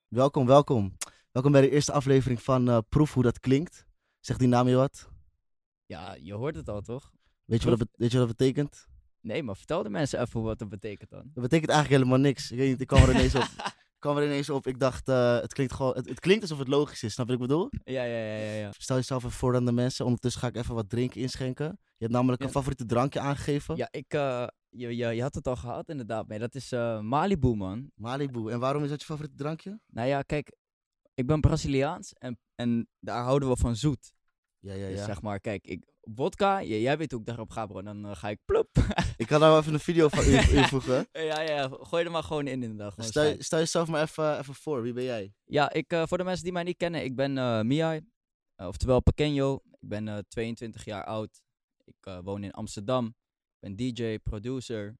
Welkom, welkom. Welkom bij de eerste aflevering van Proef hoe dat klinkt. Zegt die naam je wat? Ja, je hoort het al, toch? Weet je wat dat betekent? Nee, maar vertel de mensen even wat dat betekent dan. Dat betekent eigenlijk helemaal niks. Ik weet niet, ik kwam er ineens op. Ik dacht, het klinkt gewoon, het klinkt alsof het logisch is. Snap je wat ik bedoel? Ja. Stel jezelf even voor aan de mensen. Ondertussen ga ik even wat drinken inschenken. Je hebt namelijk een favoriete drankje aangegeven. Ja, je had het al gehad inderdaad mee. Dat is Malibu, man. Malibu. En waarom is dat je favoriete drankje? Nou ja, kijk, ik ben Braziliaans en daar houden we van zoet. Ja. Dus zeg maar, kijk, vodka, jij weet hoe ik daarop ga, bro. Dan ga ik plop. Ik kan daar wel even een video van invoegen. Ja, gooi er maar gewoon in inderdaad. Stel jezelf maar even voor. Wie ben jij? Ja, voor de mensen die mij niet kennen, ik ben Miai, oftewel Pequeño. Ik ben 22 jaar oud. Ik woon in Amsterdam. Ik ben DJ, producer.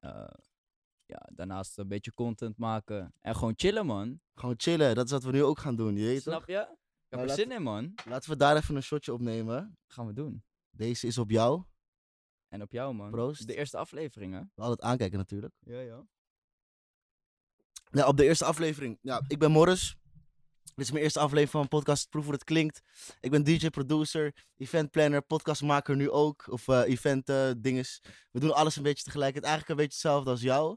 Daarnaast een beetje content maken. En gewoon chillen, man. Gewoon chillen. Dat is wat we nu ook gaan doen. Je weet Snap toch? je? Ik heb er zin in, man. Laten we daar even een shotje opnemen. Gaan we doen. Deze is op jou. En op jou, man. Proost. De eerste aflevering, hè? We altijd aankijken natuurlijk. Ja. Ja, op de eerste aflevering. Ja, ik ben Morris. Dit is mijn eerste aflevering van een podcast Proef hoe het klinkt. Ik ben DJ, producer, eventplanner, podcastmaker nu ook. Of event dinges. We doen alles een beetje tegelijkertijd. Eigenlijk een beetje hetzelfde als jou.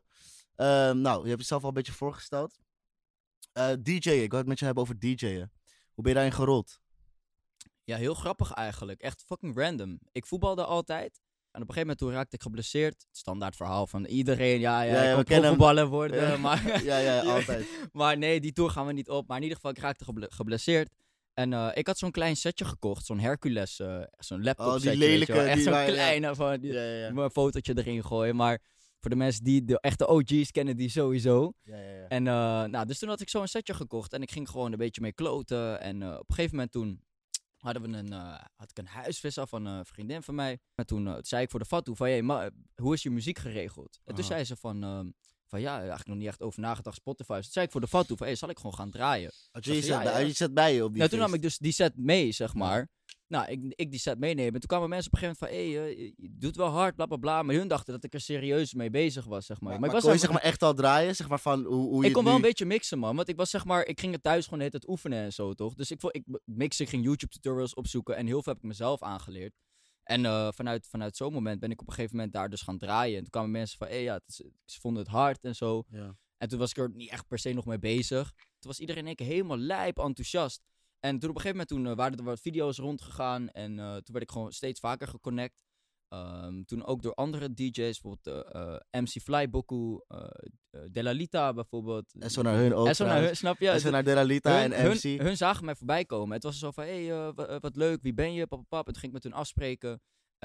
Je hebt jezelf al een beetje voorgesteld. DJ'en. Ik wil het met je hebben over DJ'en. Hoe ben je daarin gerold? Ja, heel grappig eigenlijk. Echt fucking random. Ik voetbalde altijd. En op een gegeven moment toen raakte ik geblesseerd. Standaard verhaal van iedereen. Ja, ik kon profvoetballer worden. Ja. Maar, ja, altijd. Maar nee, die tour gaan we niet op. Maar in ieder geval, ik raakte geblesseerd. En ik had zo'n klein setje gekocht. Zo'n Hercules, zo'n laptop setje. Die lelijke. Echt zo'n kleine van een fotootje erin gooien. Maar voor de mensen die de echte OG's kennen, die sowieso. Ja. En dus toen had ik zo'n setje gekocht. En ik ging gewoon een beetje mee kloten. En op een gegeven moment toen had ik een huisvisser van een vriendin van mij. En toen zei ik voor de fatu van, hoe is je muziek geregeld? En toen zei ze van eigenlijk nog niet echt over nagedacht, Spotify. Dus toen zei ik voor de fatu van, zal ik gewoon gaan draaien? Had je die set bij je op die toen nam ik dus die set mee, zeg maar. Nou, ik die set meenemen. En toen kwamen mensen op een gegeven moment van, je doet wel hard, bla bla bla. Maar hun dachten dat ik er serieus mee bezig was, zeg maar. Maar ik was kon je zeg maar echt al draaien? Zeg maar van hoe je ik kon wel een beetje mixen, man. Want ik was zeg maar, ik ging het thuis gewoon de hele tijd oefenen en zo, toch? Dus ik ging YouTube tutorials opzoeken en heel veel heb ik mezelf aangeleerd. En vanuit zo'n moment ben ik op een gegeven moment daar dus gaan draaien. En toen kwamen mensen van, ze vonden het hard en zo. Ja. En toen was ik er niet echt per se nog mee bezig. Toen was iedereen in één keer helemaal lijp enthousiast. En toen op een gegeven moment waren er wat video's rondgegaan. En toen werd ik gewoon steeds vaker geconnect. Toen ook door andere DJ's, bijvoorbeeld MC Flyboku, Delalita bijvoorbeeld. En zo naar hun ook. En zo naar hun, snap je? En zo naar Delalita en MC. Hun zagen mij voorbij komen. Het was zo van, wat leuk, wie ben je? Pap. En toen ging ik met hun afspreken.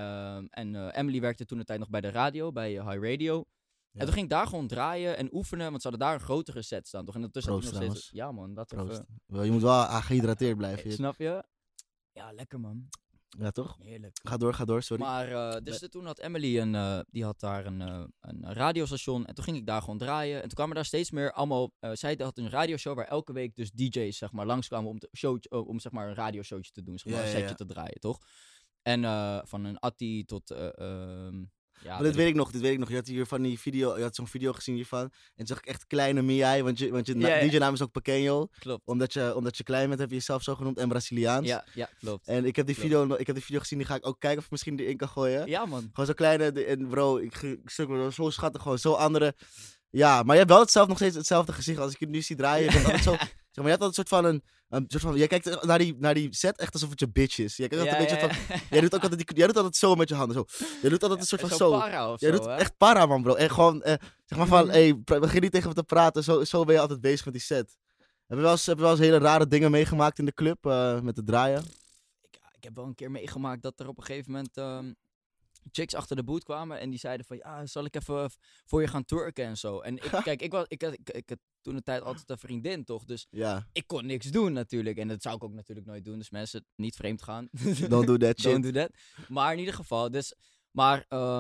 Emily werkte toen een tijd nog bij de radio, bij High Radio. Ja. En toen ging ik daar gewoon draaien en oefenen, want ze hadden daar een grotere set staan, toch? En ondertussen had ik nog steeds... Ja, man, dat toch... Je moet wel gehydrateerd blijven. Snap je? Ja, lekker, man. Ja, toch? Heerlijk. Ga door, sorry. Maar, toen had Emily die had daar een radiostation en toen ging ik daar gewoon draaien. En toen kwamen daar steeds meer allemaal... zij had een radioshow waar elke week dus DJ's, zeg maar, langskwamen om zeg maar, een radioshowtje te doen, zeg maar, een setje te draaien, toch? En van een Atti tot... maar dit weet ik nog. Je had hier van die video, je had zo'n video gezien hiervan. En toen zag ik echt kleine Miai, want je DJ-naam is ook Pequeño. Klopt. Omdat je klein bent, heb je jezelf zo genoemd en Braziliaans. Ja, klopt. En ik heb die video gezien, die ga ik ook kijken of ik misschien erin kan gooien. Ja, man. Gewoon zo kleine, en bro, ik stuk me zo schattig, gewoon zo andere. Ja, maar je hebt wel nog steeds hetzelfde gezicht als ik je nu zie draaien. Je bent altijd zo, zeg maar, je hebt altijd een soort van, jij kijkt naar die set echt alsof het je bitch is. Jij kijkt altijd een beetje van, jij doet altijd zo met je handen, zo. Jij doet altijd een soort van zo. Para of jij zo, doet hè? echt para, man, bro. En gewoon, zeg maar van, begin niet tegen me te praten. Zo ben je altijd bezig met die set. Heb je wel eens hele rare dingen meegemaakt in de club, met het draaien? Ik heb wel een keer meegemaakt dat er op een gegeven moment... chicks achter de boot kwamen en die zeiden van, zal ik even voor je gaan twerken en zo. En ik had toen een tijd altijd een vriendin, toch? Dus ik kon niks doen natuurlijk. En dat zou ik ook natuurlijk nooit doen. Dus mensen, niet vreemd gaan. Don't do that shit. Don't do that. Maar in ieder geval, dus... Maar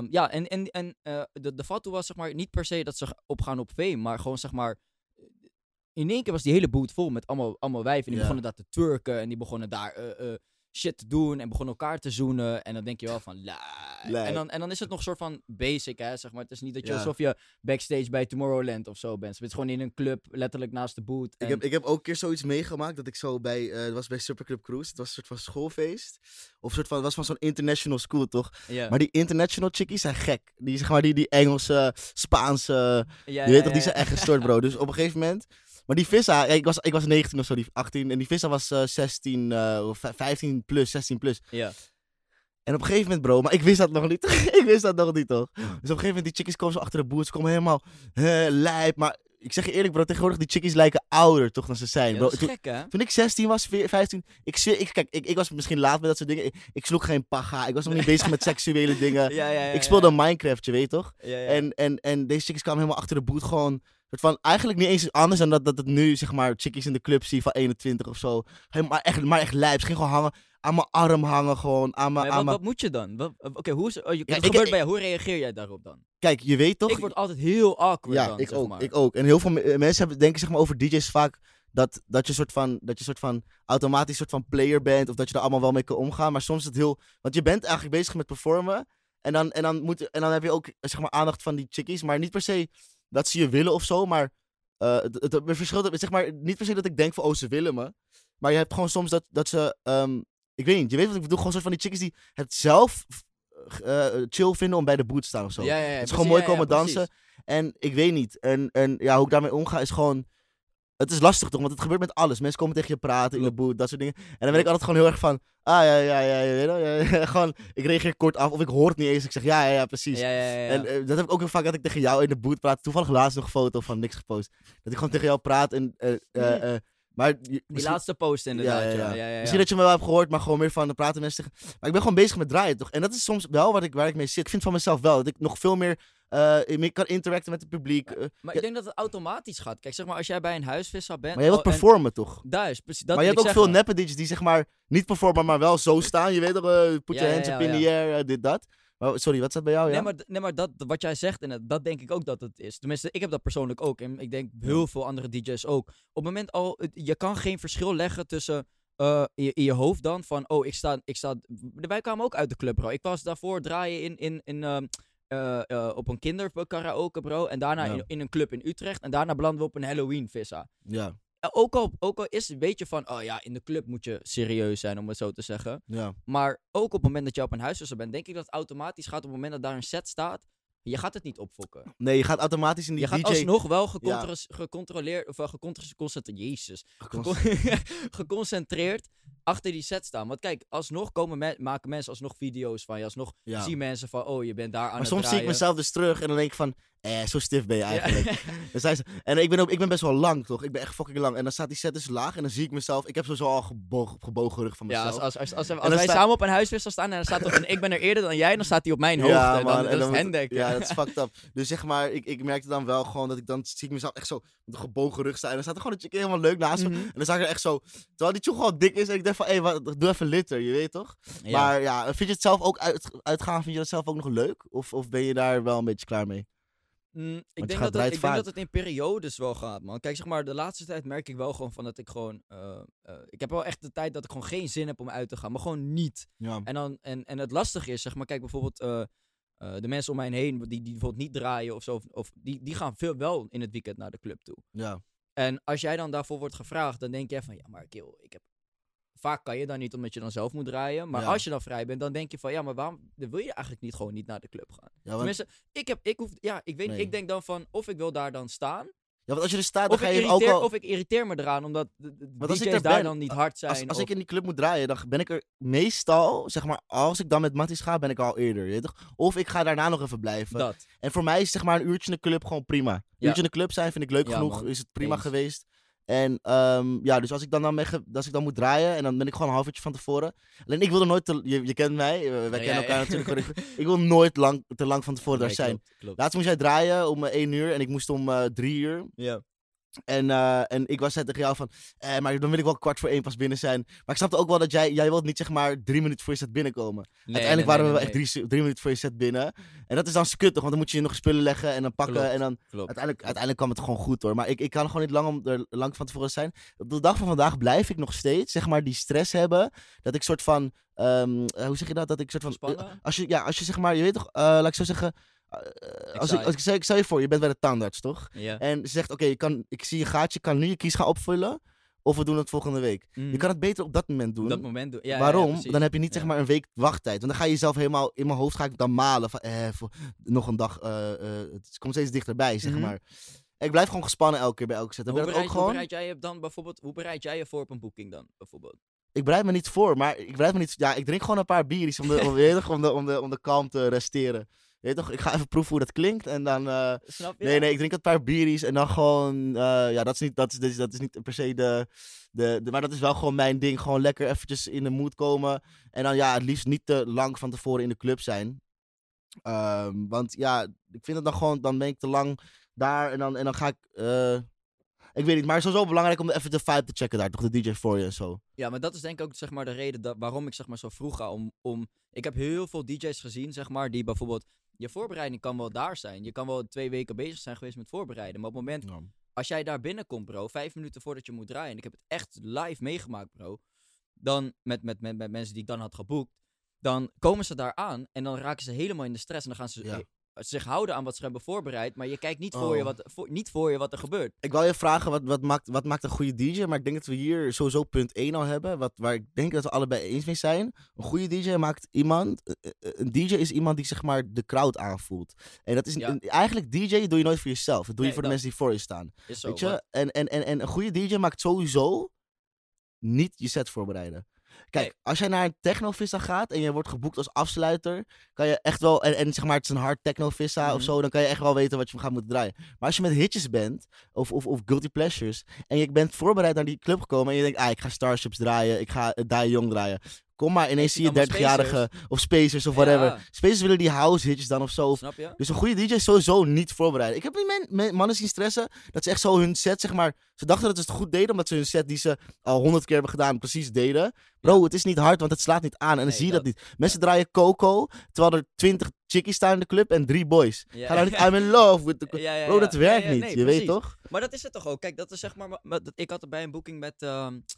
de fatu was zeg maar niet per se dat ze opgaan op fame, maar gewoon zeg maar... In één keer was die hele boot vol met allemaal wijven. En die begonnen daar te twerken en die begonnen daar... shit te doen en begonnen elkaar te zoenen. En dan denk je wel van, Lijp. En dan is het nog soort van basic, hè, zeg maar. Het is niet dat je Ja. alsof je backstage bij Tomorrowland of zo bent. Het is gewoon in een club, letterlijk naast de boot. Ik heb ook een keer zoiets meegemaakt dat ik zo bij, het was bij Superclub Cruise, het was een soort van schoolfeest. Of soort van, het was van zo'n international school toch? Ja. Maar die international chickies zijn gek. Die, zeg maar, die Engelse, Spaanse, Ja, je weet toch, ja, die zijn ja. echt gestoord bro. Dus op een gegeven moment, maar die Vissa, ja, ik was 19 of zo, die 18. En die Vissa was 16, of 15 plus, 16 plus. Ja. En op een gegeven moment, bro, maar ik wist dat nog niet. Ik wist dat nog niet, toch? Dus op een gegeven moment, die chickies komen zo achter de boot. Ze komen helemaal lijp. Maar ik zeg je eerlijk, bro, tegenwoordig die chickies lijken ouder, toch, dan ze zijn. Ja, Bro. dat is gek, hè? Toen ik 16 was, 15, ik zweer, kijk, ik was misschien laat met dat soort dingen. Ik sloeg geen paga. Ik was nog niet bezig met seksuele dingen. Ja. Ik speelde Minecraft, je weet toch? Ja, ja. En deze chickies kwamen helemaal achter de boot gewoon. Soort van, eigenlijk niet eens anders dan dat het nu, zeg maar, chickies in de club zie van 21 of zo. Maar echt lijp. Ze gingen gewoon hangen, aan mijn arm hangen gewoon. Maar wat moet je dan? Oké, hoe is dat Ja, gebeurt bij jou? Hoe reageer jij daarop dan? Kijk, je weet toch? Ik word altijd heel awkward Ja, dan, ik zeg ook. maar. Ik ook. En heel veel mensen denken zeg maar, over DJ's vaak dat je soort van automatisch soort van player bent. Of dat je er allemaal wel mee kan omgaan. Maar soms is het heel. Want je bent eigenlijk bezig met performen. En dan heb je ook zeg maar, aandacht van die chickies. Maar niet per se dat ze je willen of zo. Maar het verschilt. Zeg maar, niet per se dat ik denk van oh, ze willen me. Maar je hebt gewoon soms dat ze. Ik weet niet, je weet wat ik bedoel. Gewoon soort van die chickies die het zelf chill vinden om bij de boot te staan of zo. Ja, Het is gewoon mooi komen precies. dansen. En ik weet niet. En ja, hoe ik daarmee omga is gewoon. Het is lastig toch, want het gebeurt met alles. Mensen komen tegen je praten in de boot, dat soort dingen. En dan ben ik altijd gewoon heel erg van. Ja, je weet wel. Gewoon, ik reageer kort af of ik hoor het niet eens. Ik zeg ja, precies. Ja. En dat heb ik ook heel vaak dat ik tegen jou in de boot praat. Toevallig laatst nog een foto van niks gepost. Dat ik gewoon tegen jou praat en. Maar Die laatste post inderdaad, ja. Misschien dat je me wel hebt gehoord, maar gewoon meer van praten mensen tegen. Maar ik ben gewoon bezig met draaien, toch? En dat is soms wel waar ik mee zit. Ik vind van mezelf wel dat ik nog veel meer kan interacten met het publiek. Maar ik denk dat het automatisch gaat. Kijk, zeg maar, als jij bij een huisvisser bent... Maar jij wilt performen, toch? Daar is precies... Maar je hebt ook veel neppe DJ's die zeg maar niet performen, maar wel zo staan. Je weet toch, put your hands up in the air, dit, dat. Maar, sorry, wat staat bij jou, ja? Nee, maar dat, wat jij zegt, en dat denk ik ook dat het is. Tenminste, ik heb dat persoonlijk ook. En ik denk heel veel andere DJ's ook. Op het moment al, je kan geen verschil leggen tussen in je hoofd dan van, oh, ik sta... Wij kwamen ook uit de club, bro. Ik was daarvoor draaien op een kinderkaraoke, bro. En daarna in een club in Utrecht. En daarna belanden we op een Halloween-vissa. Ja. Ook al is het een beetje van, oh ja, in de club moet je serieus zijn, om het zo te zeggen. Ja. Maar ook op het moment dat je op een huisvisser bent, denk ik dat het automatisch gaat op het moment dat daar een set staat. Je gaat het niet opfokken. Nee, je gaat automatisch in die je gaat DJ... alsnog wel gecontroleerd, of geconcentreerd achter die set staan. Want kijk, alsnog maken mensen alsnog video's van je. Alsnog zien mensen van, oh, je bent daar aan maar het soms draaien. zie ik mezelf dus terug en dan denk ik van, zo stif ben je eigenlijk. Ja. Dan zei ze, en ik ben best wel lang, toch? Ik ben echt fucking lang. En dan staat die set dus laag en dan zie ik mezelf, ik heb sowieso al gebogen rug van mezelf. Als wij samen op een huisvisser staan en dan staat er ik ben er eerder dan jij, dan staat hij op mijn hoofd. Ja, en man, dan is het hendek. Ja, dat is fucked up. Dus zeg maar, ik merkte dan wel gewoon dat dan zie ik mezelf echt zo met een gebogen rug staan. En dan staat er gewoon een chick helemaal leuk naast me. En dan zag ik er echt zo, terwijl die chick gewoon dik is. En ik denk van, doe even litter, je weet toch? Ja. Maar ja, vind je het zelf ook uitgaan, vind je dat zelf ook nog leuk? Of ben je daar wel een beetje klaar mee? Ik denk dat het in periodes wel gaat, man. Kijk, zeg maar, de laatste tijd merk ik wel gewoon van dat ik gewoon... ik heb wel echt de tijd dat ik gewoon geen zin heb om uit te gaan. Maar gewoon niet. Ja. En het lastige is, zeg maar, kijk bijvoorbeeld... de mensen om mij heen die bijvoorbeeld niet draaien of zo... Of die gaan veel wel in het weekend naar de club toe. Ja. En als jij dan daarvoor wordt gevraagd, dan denk jij van... Ja, maar kill, vaak kan je dan niet, omdat je dan zelf moet draaien. Maar als je dan vrij bent, dan denk je van... Ja, maar waarom wil je eigenlijk niet naar de club gaan? Ja, want... Tenminste, ik denk dan van... Of ik wil daar dan staan... Ja, want als je er staat, dan ga je ook al... Of ik irriteer me eraan, omdat de als DJ's daar dan niet hard zijn. Als ik in die club moet draaien, dan ben ik er meestal... Zeg maar, als ik dan met Matties ga, ben ik al eerder. Weet je toch? Of ik ga daarna nog even blijven. Dat. En voor mij is zeg maar een uurtje in de club gewoon prima. Een uurtje in de club zijn vind ik leuk genoeg. Man. Is het prima Eens. geweest. En dus als ik dan moet draaien, en dan ben ik gewoon een half uurtje van tevoren. Alleen ik wil er nooit je kent mij, wij kennen elkaar natuurlijk. Ik wil nooit te lang van tevoren daar zijn. Klopt. Laatst moest jij draaien om 1 uur en ik moest om 3 uur. Ja. En ik was net tegen jou van, maar dan wil ik wel 1:15 pas binnen zijn. Maar ik snapte ook wel dat jij wilt niet zeg maar 3 minuten voor je set binnenkomen. Uiteindelijk waren we wel echt 3 minuten voor je set binnen. En dat is dan skuttig, want dan moet je nog spullen leggen en dan pakken. Klopt, En dan klopt. uiteindelijk kwam het gewoon goed hoor. Maar ik kan gewoon niet lang van tevoren zijn. Op de dag van vandaag blijf ik nog steeds zeg maar die stress hebben. Dat ik soort van, hoe zeg je dat? Dat ik soort van, Gespannen? als je zeg maar, je weet toch, laat ik zo zeggen. Ik stel je voor, je bent bij de tandarts, toch? Ja. En ze zegt, oké, ik zie een gaatje, je kan nu je kies gaan opvullen. Of we doen het volgende week. Je kan het beter op dat moment doen. Op dat moment doen. Ja, Waarom? precies. Dan heb je niet zeg maar een week wachttijd. Want dan ga je jezelf helemaal, in mijn hoofd ga ik dan malen. Van, voor nog een dag, het komt steeds dichterbij, zeg maar. Ik blijf gewoon gespannen elke keer bij elke set. Hoe bereid jij je dan bijvoorbeeld, hoe bereid jij je voor op een boeking dan, bijvoorbeeld? Ik bereid me niet voor, maar ik drink gewoon een paar biertjes om de kalm te resteren. Je weet toch, ik ga even proeven hoe dat klinkt en dan... Snap je? Nee, ik drink een paar biertjes en dan gewoon... dat is niet per se maar dat is wel gewoon mijn ding. Gewoon lekker eventjes in de mood komen. En dan het liefst niet te lang van tevoren in de club zijn. Want ik vind het dan gewoon... Dan ben ik te lang daar en dan ga ik... ik weet niet, maar het is sowieso belangrijk om even de vibe te checken daar. Toch de DJ voor je en zo. Ja, maar dat is denk ik ook zeg maar de reden waarom ik zeg maar zo vroeg ga ik heb heel veel DJ's gezien zeg maar die bijvoorbeeld je voorbereiding kan wel daar zijn. Je kan wel 2 weken bezig zijn geweest met voorbereiden, maar op het moment als jij daar binnenkomt bro, 5 minuten voordat je moet draaien, en ik heb het echt live meegemaakt bro, dan met mensen die ik dan had geboekt, dan komen ze daar aan en dan raken ze helemaal in de stress en dan gaan ze zich houden aan wat ze hebben voorbereid, maar je kijkt niet voor je wat er gebeurt. Ik wou je vragen, wat maakt een goede DJ? Maar ik denk dat we hier sowieso punt 1 al hebben, waar ik denk dat we allebei eens mee zijn. Een goede DJ maakt iemand... Een DJ is iemand die zeg maar de crowd aanvoelt. En dat is eigenlijk DJ doe je nooit voor jezelf. Dat doe je voor de mensen die voor je staan. Is zo, weet je? En een goede DJ maakt sowieso niet je set voorbereiden. Kijk, als jij naar een techno-vissa gaat en je wordt geboekt als afsluiter, kan je echt wel, en zeg maar het is een hard techno-vissa of zo, dan kan je echt wel weten wat je gaat moeten draaien. Maar als je met hitjes bent, of guilty pleasures, en je bent voorbereid naar die club gekomen en je denkt, ik ga Starships draaien, ik ga Die Young draaien. Kom maar, ineens zie je 30-jarige of Spacers of whatever. Ja. Spacers willen die house hitjes dan of zo. Snap je? Dus een goede DJ is sowieso niet voorbereid. Ik heb die mannen zien stressen. Dat ze echt zo hun set, zeg maar... Ze dachten dat ze het goed deden, omdat ze hun set die ze al 100 keer hebben gedaan, precies deden. Bro, het is niet hard, want het slaat niet aan. En dan zie je dat niet. Mensen draaien Coco, terwijl er 20 chickies staan in de club en 3 boys. Ga nou niet, I'm in love with the... Bro, dat werkt niet. Je weet toch? Maar dat is het toch ook. Kijk, dat is zeg maar... Ik had er bij een boeking met...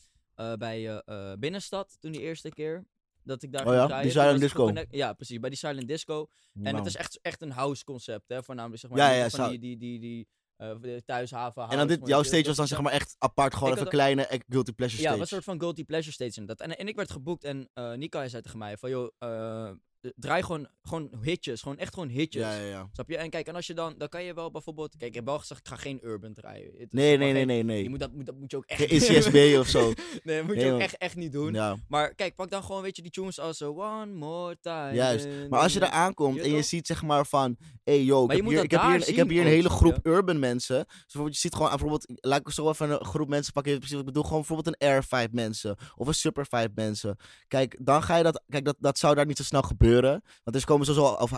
bij Binnenstad, toen die eerste keer... Dat ik daar ging draaien. Die Silent Disco. Ja, precies, bij die Silent Disco. En het is echt een house concept, hè. Voornamelijk zeg maar die thuishaven house. En dan jouw stage was dan zeg maar echt apart, gewoon even kleine guilty pleasure stage. Ja, het was een soort van guilty pleasure stage inderdaad. En ik werd geboekt en Nikai zei tegen mij van, joh, draai gewoon hitjes, gewoon hitjes. Ja. Snap je? En kijk, en als je dan kan je wel bijvoorbeeld, kijk, ik heb wel gezegd, ik ga geen urban draaien. Nee. Dat moet je ook echt geen ICSB of zo. Nee, dat moet je ook echt niet doen. Ja. Maar kijk, pak dan gewoon, weet je, die tunes als One More Time. Juist. Maar als je daar aankomt en je ziet zeg maar van, hey yo, ik heb hier een hele groep urban mensen. Dus bijvoorbeeld, je ziet gewoon, bijvoorbeeld, laat ik zo even een groep mensen pakken. Ik bedoel gewoon bijvoorbeeld een Air 5 mensen of een Super 5 mensen. Kijk, dan ga je dat zou daar niet zo snel gebeuren. Want er komen sowieso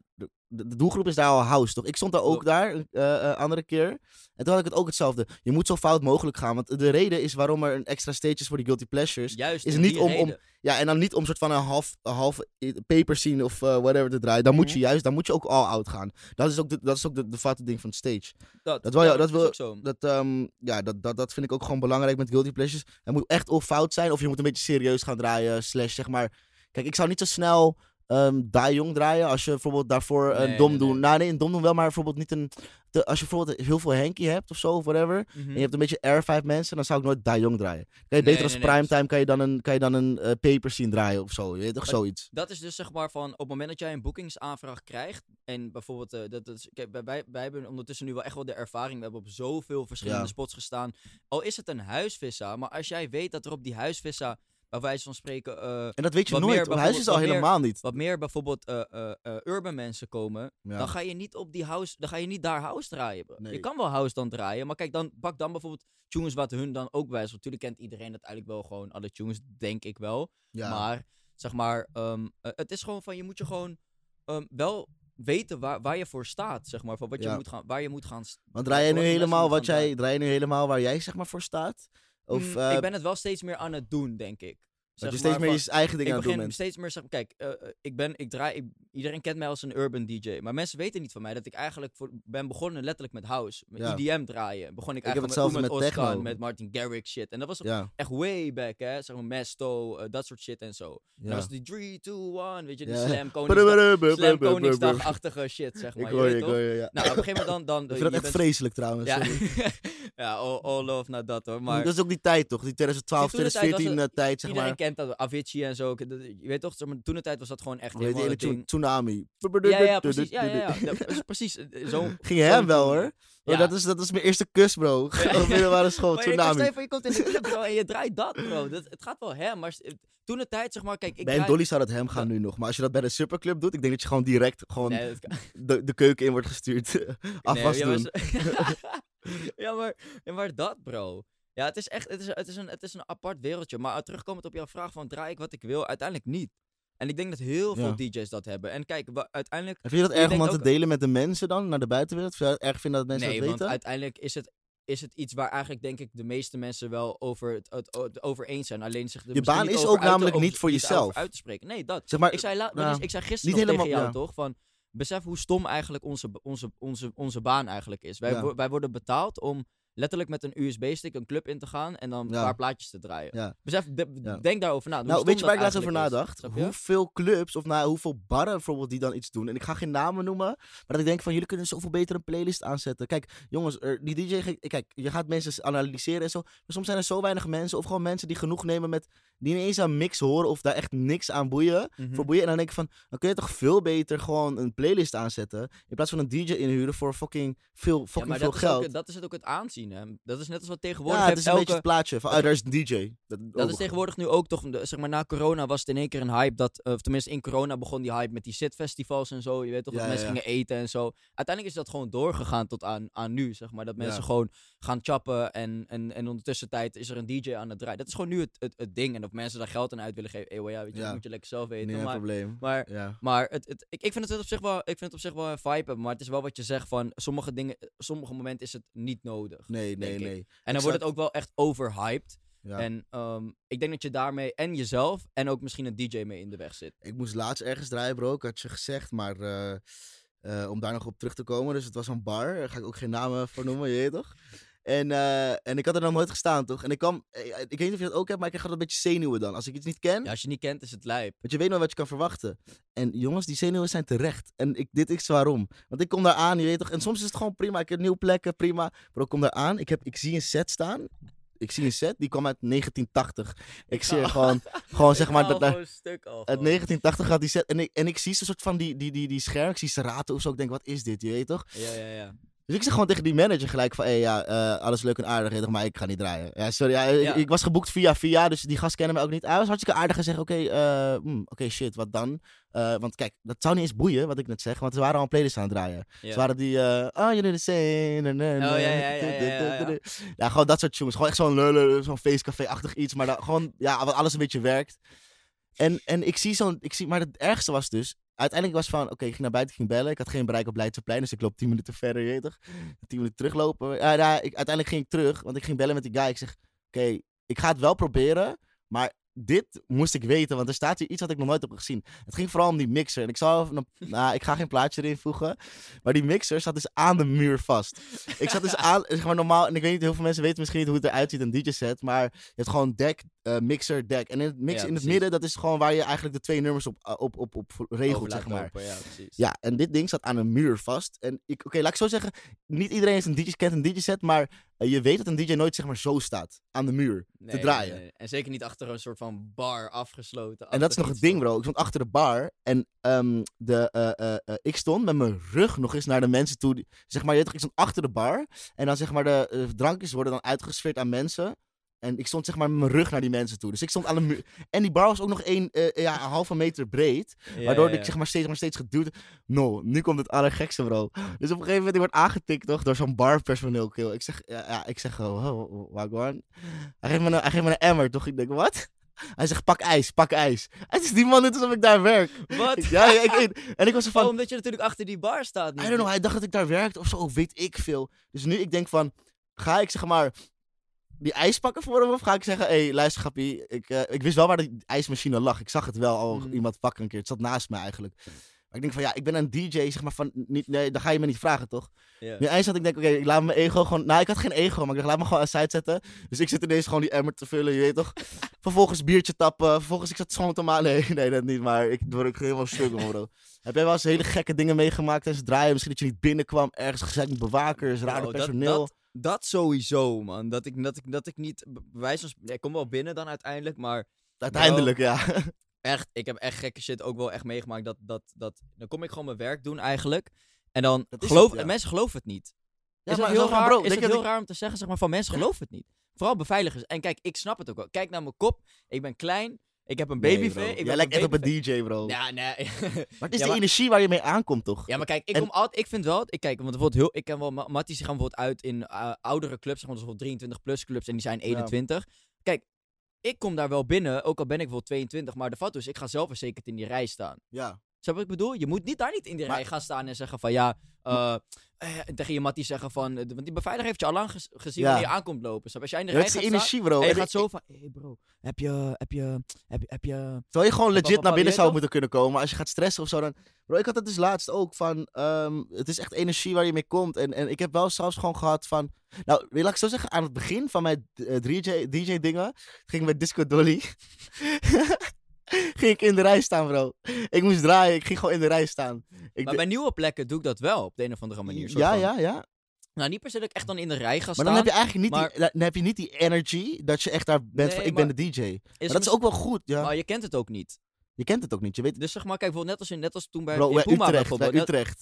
de doelgroep is daar al house, toch? Ik stond daar ook andere keer. En toen had ik het ook hetzelfde. Je moet zo fout mogelijk gaan. Want de reden is waarom er een extra stage is voor die guilty pleasures. Juist, is niet om en dan niet om soort van een half paper scene of whatever te draaien. Dan moet je dan moet je ook all out gaan. Dat is ook de foute ding van het stage. Dat vind ik ook gewoon belangrijk met guilty pleasures. Het moet echt of fout zijn, of je moet een beetje serieus gaan draaien. Zeg maar. Kijk, ik zou niet zo snel Die Young draaien als je bijvoorbeeld daarvoor een dom doen. Nee, een dom doen wel, maar bijvoorbeeld niet als je bijvoorbeeld heel veel Henky hebt of zo, of whatever, en je hebt een beetje Air 5 mensen, dan zou ik nooit Die Young draaien. Kan je beter als primetime, kan je dan een paper scene draaien of zo, je weet toch, zoiets. Dat is dus zeg maar van, op het moment dat jij een boekingsaanvraag krijgt, en bijvoorbeeld, kijk, wij hebben ondertussen nu wel echt wel de ervaring, we hebben op zoveel verschillende spots gestaan, al is het een huisvissa, maar als jij weet dat er op die huisvissa, bij wijze van spreken... en dat weet je nooit, op huis is al helemaal niet. Wat meer bijvoorbeeld urban mensen komen, dan ga je niet op die house, dan ga je niet daar house draaien. Nee. Je kan wel house dan draaien, maar kijk, pak dan bijvoorbeeld tunes wat hun dan ook wijzen. Natuurlijk kent iedereen dat eigenlijk wel gewoon, alle tunes, denk ik wel. Ja. Maar, zeg maar, het is gewoon van, je moet je gewoon wel weten waar je voor staat, zeg maar. Van wat je Ja. moet gaan, waar je moet gaan. Want draai je nu wat de helemaal mensen moet gaan draai je nu helemaal waar jij zeg maar voor staat? Of ik ben het wel steeds meer aan het doen, denk ik. dat je Zeg steeds maar meer je eigen dingen ik aan het doen begin bent? steeds meer zeggen, kijk, iedereen kent mij als een urban DJ, maar mensen weten niet van mij dat ik eigenlijk ben begonnen letterlijk met house, met Ja. EDM draaien. Begon ik heb eigenlijk hetzelfde met met Oscar, techno. met Martin Garrix shit. En dat was Ja. echt way back, hè. Zeg maar Mesto, dat soort shit en zo. En Ja. dat was die 3, 2, 1, weet je, die Ja. Slam Koningsdag-achtige shit, zeg maar. Ik hoor je, weet ik toch? hoor je, ja. Nou, op een gegeven moment dan Ik vind dat je echt bent- vreselijk trouwens. Ja, sorry. ja, all love naar dat hoor. Maar Dat is ook die tijd toch? Die 2012, toen de tijd was 2014 tijd zeg iedereen maar. kent dat, Avicii en zo. Je weet toch, zeg maar, toen de tijd was dat gewoon echt Hoe heet die helemaal ene het tune? ding. Tsunami. Ja, precies. Ja, dat is precies. Ging hem wel hoor. Ja. Dat is mijn eerste kus bro. Op middelbare school, Maar je, kan Tsunami. je komt in de club bro, en je draait dat bro. Het gaat wel hem, maar toen de tijd zeg maar, kijk, ik Bij een draai... Dolly zou dat hem gaan nu nog. Maar als je dat bij de Superclub doet, ik denk dat je gewoon direct Nee, dat kan... de keuken in wordt gestuurd. Afwas Nee, doen. ja, maar dat bro. Ja, het is echt, het is een apart wereldje. Maar terugkomend op jouw vraag van draai ik wat ik wil, uiteindelijk niet. En ik denk dat heel veel DJ's dat hebben. En kijk, uiteindelijk... En vind je dat je erg om denkt dat te ook- delen met de mensen dan, naar de buitenwereld? Of zou je het erg vinden dat mensen Nee, dat want weten? uiteindelijk is het iets waar eigenlijk denk ik de meeste mensen wel het over eens zijn. Alleen zich er Je misschien baan niet is over ook uit te- namelijk over- niet voor niet jezelf. over uit te spreken. Nee, dat. Zeg maar, Ik zei, nou, ik zei niet gisteren nog tegen helemaal, jou ja. toch, van besef hoe stom eigenlijk onze baan eigenlijk is. Wij worden betaald om letterlijk met een USB-stick een club in te gaan en dan een Ja. paar plaatjes te draaien. Ja. Besef, denk daarover na. Hoe Nou, stom weet je waar ik dat laatst over eigenlijk is. nadacht? Snap je? Hoeveel clubs of hoeveel barren bijvoorbeeld die dan iets doen. En ik ga geen namen noemen, maar dat ik denk van jullie kunnen zoveel beter een playlist aanzetten. Kijk, jongens, die DJ, kijk, je gaat mensen analyseren en zo. Maar soms zijn er zo weinig mensen of gewoon mensen die genoeg nemen met, die niet eens aan mix horen of daar echt niks aan boeien. Mhm. Voor boeien. En dan denk ik van, dan kun je toch veel beter gewoon een playlist aanzetten. In plaats van een DJ inhuren voor fucking veel maar veel geld. dat is het ook het aanzien. Hè. Dat is net als wat tegenwoordig Ja, het heeft is een beetje elke... het plaatje van, daar is een DJ. Dat is tegenwoordig nu ook toch, zeg maar na corona was het in één keer een hype dat, of tenminste in corona begon die hype met die zitfestivals en zo, je weet toch, dat Ja, mensen ja. gingen eten en zo. Uiteindelijk is dat gewoon doorgegaan tot aan nu, zeg maar, dat mensen gewoon gaan chappen en ondertussen tijd is er een DJ aan het draaien. Dat is gewoon nu het ding en of mensen daar geld aan uit willen geven, ja, weet je, dat moet je lekker zelf weten. Nee, maar probleem. maar, Ja. maar ik vind het op zich wel, een vibe hebben, maar het is wel wat je zegt van sommige dingen, sommige momenten is het niet nodig. Nee. denk ik. En dan Exact. wordt het ook wel echt overhyped. Ja. En ik denk dat je daarmee en jezelf en ook misschien een DJ mee in de weg zit. Ik moest laatst ergens draaien, bro. Ik had je gezegd, maar om daar nog op terug te komen. Dus het was een bar. Daar ga ik ook geen namen voor noemen, je weet toch? En ik had er nog nooit gestaan, toch? En ik weet niet of je dat ook hebt, maar ik krijg altijd een beetje zenuwen dan. Als ik iets niet ken, Ja, als je niet kent is het lijp. want je weet nog wat je kan verwachten. En jongens, die zenuwen zijn terecht. En dit is waarom. Want ik kom daar aan, je weet toch? En soms is het gewoon prima. Ik heb nieuwe plekken, prima. Maar ik kom daar aan, ik zie een set staan. Ik zie een set, die kwam uit 1980. Ik zie er gewoon zeg maar... uit 1980 gaat die set. En ik zie zo'n soort van die scherm. Ik zie Serato of zo. Ik denk, wat is dit? Je weet toch? Ja. Dus ik zeg gewoon tegen die manager gelijk van... alles leuk en aardig, maar ik ga niet draaien. Ja, sorry. Ik was geboekt via. Dus die gast kennen me ook niet. Hij was hartstikke aardig en zei... Oké, shit, wat dan? Want kijk, dat zou niet eens boeien, wat ik net zeg. Want ze waren al een playlist aan het draaien. Ja. Ze waren die... you do the same. Ja. Ja, gewoon dat soort tunes. Gewoon echt zo'n feestcafé-achtig iets. Maar gewoon, wat alles een beetje werkt. En ik zie, maar het ergste was dus... Uiteindelijk was van, oké, ik ging naar buiten, ik ging bellen. Ik had geen bereik op Leidseplein, dus ik loop 10 minuten verder, je weet toch? 10 minuten teruglopen. Uiteindelijk ging ik terug, want ik ging bellen met die guy. Ik zeg, oké, ik ga het wel proberen, maar dit moest ik weten, want er staat hier iets wat ik nog nooit heb gezien. Het ging vooral om die mixer. En ik ga geen plaatje erin voegen, maar die mixer zat dus aan de muur vast. Ik zat dus aan, zeg maar normaal, en ik weet niet, heel veel mensen weten misschien niet hoe het eruit ziet, een DJ-set, maar je hebt gewoon deck, mixer, deck. En in het midden, dat is gewoon waar je eigenlijk de twee nummers op regelt, zeg maar. Lopen, ja, precies. Ja, en dit ding zat aan een muur vast. En laat ik zo zeggen, niet iedereen kent een DJ-set, maar je weet dat een DJ nooit zeg maar zo staat, aan de muur, te draaien. Nee. En zeker niet achter een soort van bar afgesloten. En dat is nog het ding, bro. Ik stond achter de bar en ik stond met mijn rug nog eens naar de mensen toe. Zeg maar, ik stond achter de bar en dan zeg maar de drankjes worden dan uitgesfeerd aan mensen. En ik stond zeg maar met mijn rug naar die mensen toe. Dus ik stond aan de muur. En die bar was ook nog een halve meter breed. Waardoor ik zeg maar steeds geduwd. No, nu komt het allergekste, bro. Dus op een gegeven moment ik word aangetikt toch, door zo'n barpersoneel. Ik zeg, wagwan. Hij geeft me een emmer, toch? Ik denk, wat? Hij zegt, pak ijs. Het is die man net alsof ik daar werk. Wat? Ja, en ik was er van... Omdat je natuurlijk achter die bar staat. I don't know, hij dacht dat ik daar werkte of zo, of weet ik veel. Dus nu, ik denk van, ga ik zeg maar die ijs pakken voor hem? Of ga ik zeggen, hé, luister grappie, ik wist wel waar de ijsmachine lag. Ik zag het wel al iemand pakken een keer. Het zat naast mij eigenlijk. Maar ik denk van, ja, ik ben een DJ, zeg maar van, nee, dan ga je me niet vragen, toch? Ja. Nu eind had ik denk, oké, ik laat mijn ego gewoon... Nou, ik had geen ego, maar ik dacht, laat me gewoon aan side zetten. Dus ik zit ineens gewoon die emmer te vullen, je weet toch? Vervolgens biertje tappen, vervolgens ik zat schoon te maken. Nee, dat niet, maar ik word helemaal stuk, bro. Heb jij wel eens hele gekke dingen meegemaakt tijdens het draaien? Misschien dat je niet binnenkwam, ergens gezegd met bewakers, rare personeel. Dat sowieso, man. Dat ik niet... Ik kom wel binnen dan uiteindelijk, maar... Uiteindelijk, ja. Echt, ik heb echt gekke shit ook wel echt meegemaakt. Dan kom ik gewoon mijn werk doen eigenlijk. En dan mensen geloven het niet. Ja, is maar het heel raar, bro, is het heel raar om te zeggen, zeg maar, van mensen geloven het niet. Vooral beveiligers. En kijk, ik snap het ook wel. Kijk naar mijn kop. Ik ben klein. Ik heb een babyface. Jij lijkt echt op een DJ, bro. Ja, nee. Maar het is de energie waar je mee aankomt, toch? Ja, maar kijk, ik vind wel... Want bijvoorbeeld ik ken wel matties die gaan bijvoorbeeld uit in oudere clubs. Zeg maar, bijvoorbeeld 23 plus clubs en die zijn 21. Ja. Kijk, ik kom daar wel binnen, ook al ben ik bijvoorbeeld 22. Maar de foto is, ik ga zelf verzekerd in die rij staan. Ja. Snap wat ik bedoel? Je moet daar niet in die rij gaan staan en zeggen van ja... tegen je mattie zeggen van... Want die beveiliger heeft je al lang gezien wanneer je aankomt lopen. Snap? Als jij in de rij gaat staan... energie, bro. En je gaat zo van... Hé bro, heb je... Terwijl je gewoon legit naar binnen zou moeten kunnen komen. Als je gaat stressen of zo, dan... Bro, ik had het dus laatst ook van... het is echt energie waar je mee komt. En ik heb wel zelfs gewoon gehad van... Nou, laat ik zo zeggen, aan het begin van mijn DJ-dingen... ging ik met Disco Dolly... ging ik in de rij staan, bro. Ik moest draaien, ik ging gewoon in de rij staan. Maar bij nieuwe plekken doe ik dat wel, op de een of andere manier. Ja. Nou, niet per se dat ik echt dan in de rij ga staan. Maar dan heb je eigenlijk niet, dan heb je niet die energy dat je echt daar bent van, ik ben de DJ. Maar dat is ook wel goed, ja. Maar je kent het ook niet. Je kent het ook niet, je weet... Dus zeg maar, kijk, bijvoorbeeld net als toen bij Bro, Puma Utrecht.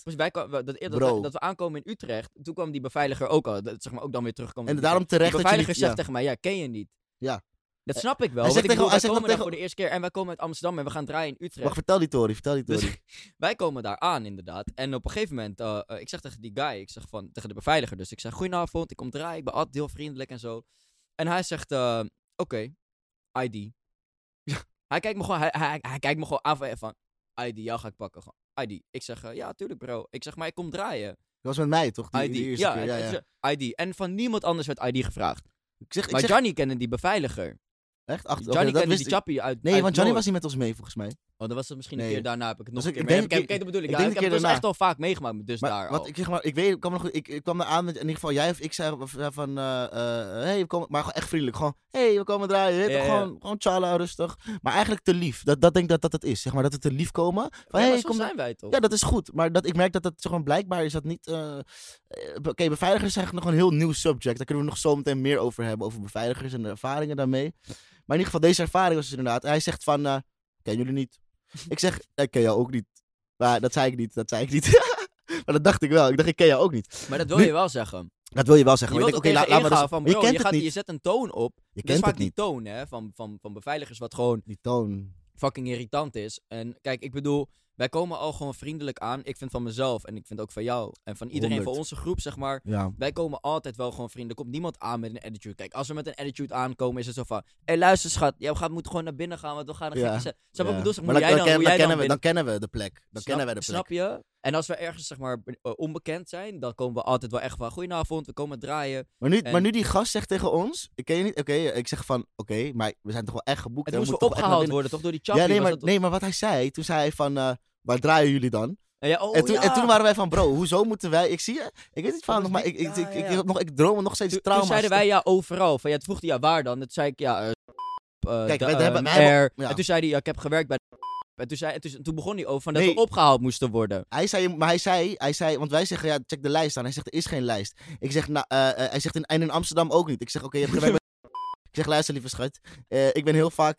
Dat we aankomen in Utrecht, toen kwam die beveiliger ook al, zeg maar, ook dan weer terugkomen. En daarom terecht de beveiliger zegt tegen mij, ja, ken je niet. Ja. Dat snap ik wel. Wij komen daar voor de eerste keer en wij komen uit Amsterdam en we gaan draaien in Utrecht. Wacht, vertel die Tory. Dus, wij komen daar aan inderdaad. En op een gegeven moment, ik zeg tegen die guy, tegen de beveiliger dus, ik zeg, goedenavond, ik kom draaien, ik ben altijd heel vriendelijk en zo. En hij zegt, oké, ID. Hij kijkt me gewoon aan van, ID, jou ga ik pakken. Gewoon, ID. Ik zeg, ja, tuurlijk bro. Ik zeg, maar ik kom draaien. Dat was met mij toch? ID. Die eerste keer. Ja. ID. En van niemand anders werd ID gevraagd. Maar Johnny kende die beveiliger. Echt? Johnny kende die chappie uit... Nee, want Johnny was niet met ons mee, volgens mij. Oh, dan was het misschien een keer daarna, heb ik het nog een keer mee. Kijk, dat bedoel ik. Ik heb het dus echt al vaak meegemaakt, dus daar al. Ik kwam daar aan met, in ieder geval, jij of ik zei van, hey, we komen, maar gewoon echt vriendelijk. Gewoon, hey, we komen draaien. Gewoon tjalla, rustig. Maar eigenlijk te lief. Dat denk ik dat het is, zeg maar, dat we te lief komen. Van, hey, zo zijn wij toch? Ja, dat is goed. Maar ik merk dat gewoon blijkbaar is dat niet... Oké, beveiligers zijn nog een heel nieuw subject. Daar kunnen we nog zo meteen meer over hebben, over beveiligers en de ervaringen daarmee. Maar in ieder geval, deze ervaring was dus inderdaad... Hij zegt van, ken jullie niet? Ik zeg, ik ken jou ook niet. Maar dat zei ik niet. Maar dat dacht ik wel. Ik dacht, ik ken jou ook niet. Maar dat wil je wel zeggen. Dat wil je wel zeggen. Je wilt ook laat maar van, bro, je zet een toon op. Je kent vaak het niet. Die toon, hè, van beveiligers wat gewoon... Die toon. Fucking irritant is. En kijk, ik bedoel... Wij komen al gewoon vriendelijk aan. Ik vind van mezelf en ik vind ook van jou. En van iedereen van onze groep, zeg maar. Ja. Wij komen altijd wel gewoon vriendelijk. Er komt niemand aan met een attitude. Kijk, als we met een attitude aankomen, is het zo van... Hé, luister schat. Jij moet gewoon naar binnen gaan, want we gaan een gekke set. Snap wat ik bedoel? Zeg maar, dan kennen we de plek. Snap je? En als we ergens, zeg maar, onbekend zijn, dan komen we altijd wel echt van... Goedenavond, we komen draaien. Maar nu die gast zegt tegen ons... Ik ken je niet. Oké, ik zeg van... Oké, maar we zijn toch wel echt geboekt. En moesten opgehaald worden, toch? Door die chappie. Ja, nee, maar wat hij zei... Toen zei hij van... waar draaien jullie dan? En toen waren wij van, bro, hoezo moeten wij... Ik zie je, ik weet niet van nog, maar ik droom nog steeds trauma's. Toen zeiden wij ja overal. Van, ja, toen vroeg hij ja waar dan? Toen zei ik ja... Kijk, En toen zei hij ja, ik heb gewerkt bij... En toen begon hij over van dat we opgehaald moesten worden. Hij zei, want wij zeggen ja, check de lijst aan. Hij zegt er is geen lijst. Ik zeg, hij zegt in Amsterdam ook niet. Ik zeg oké, je hebt gewerkt bij... Ik zeg, luister lieve schat, ik ben heel vaak,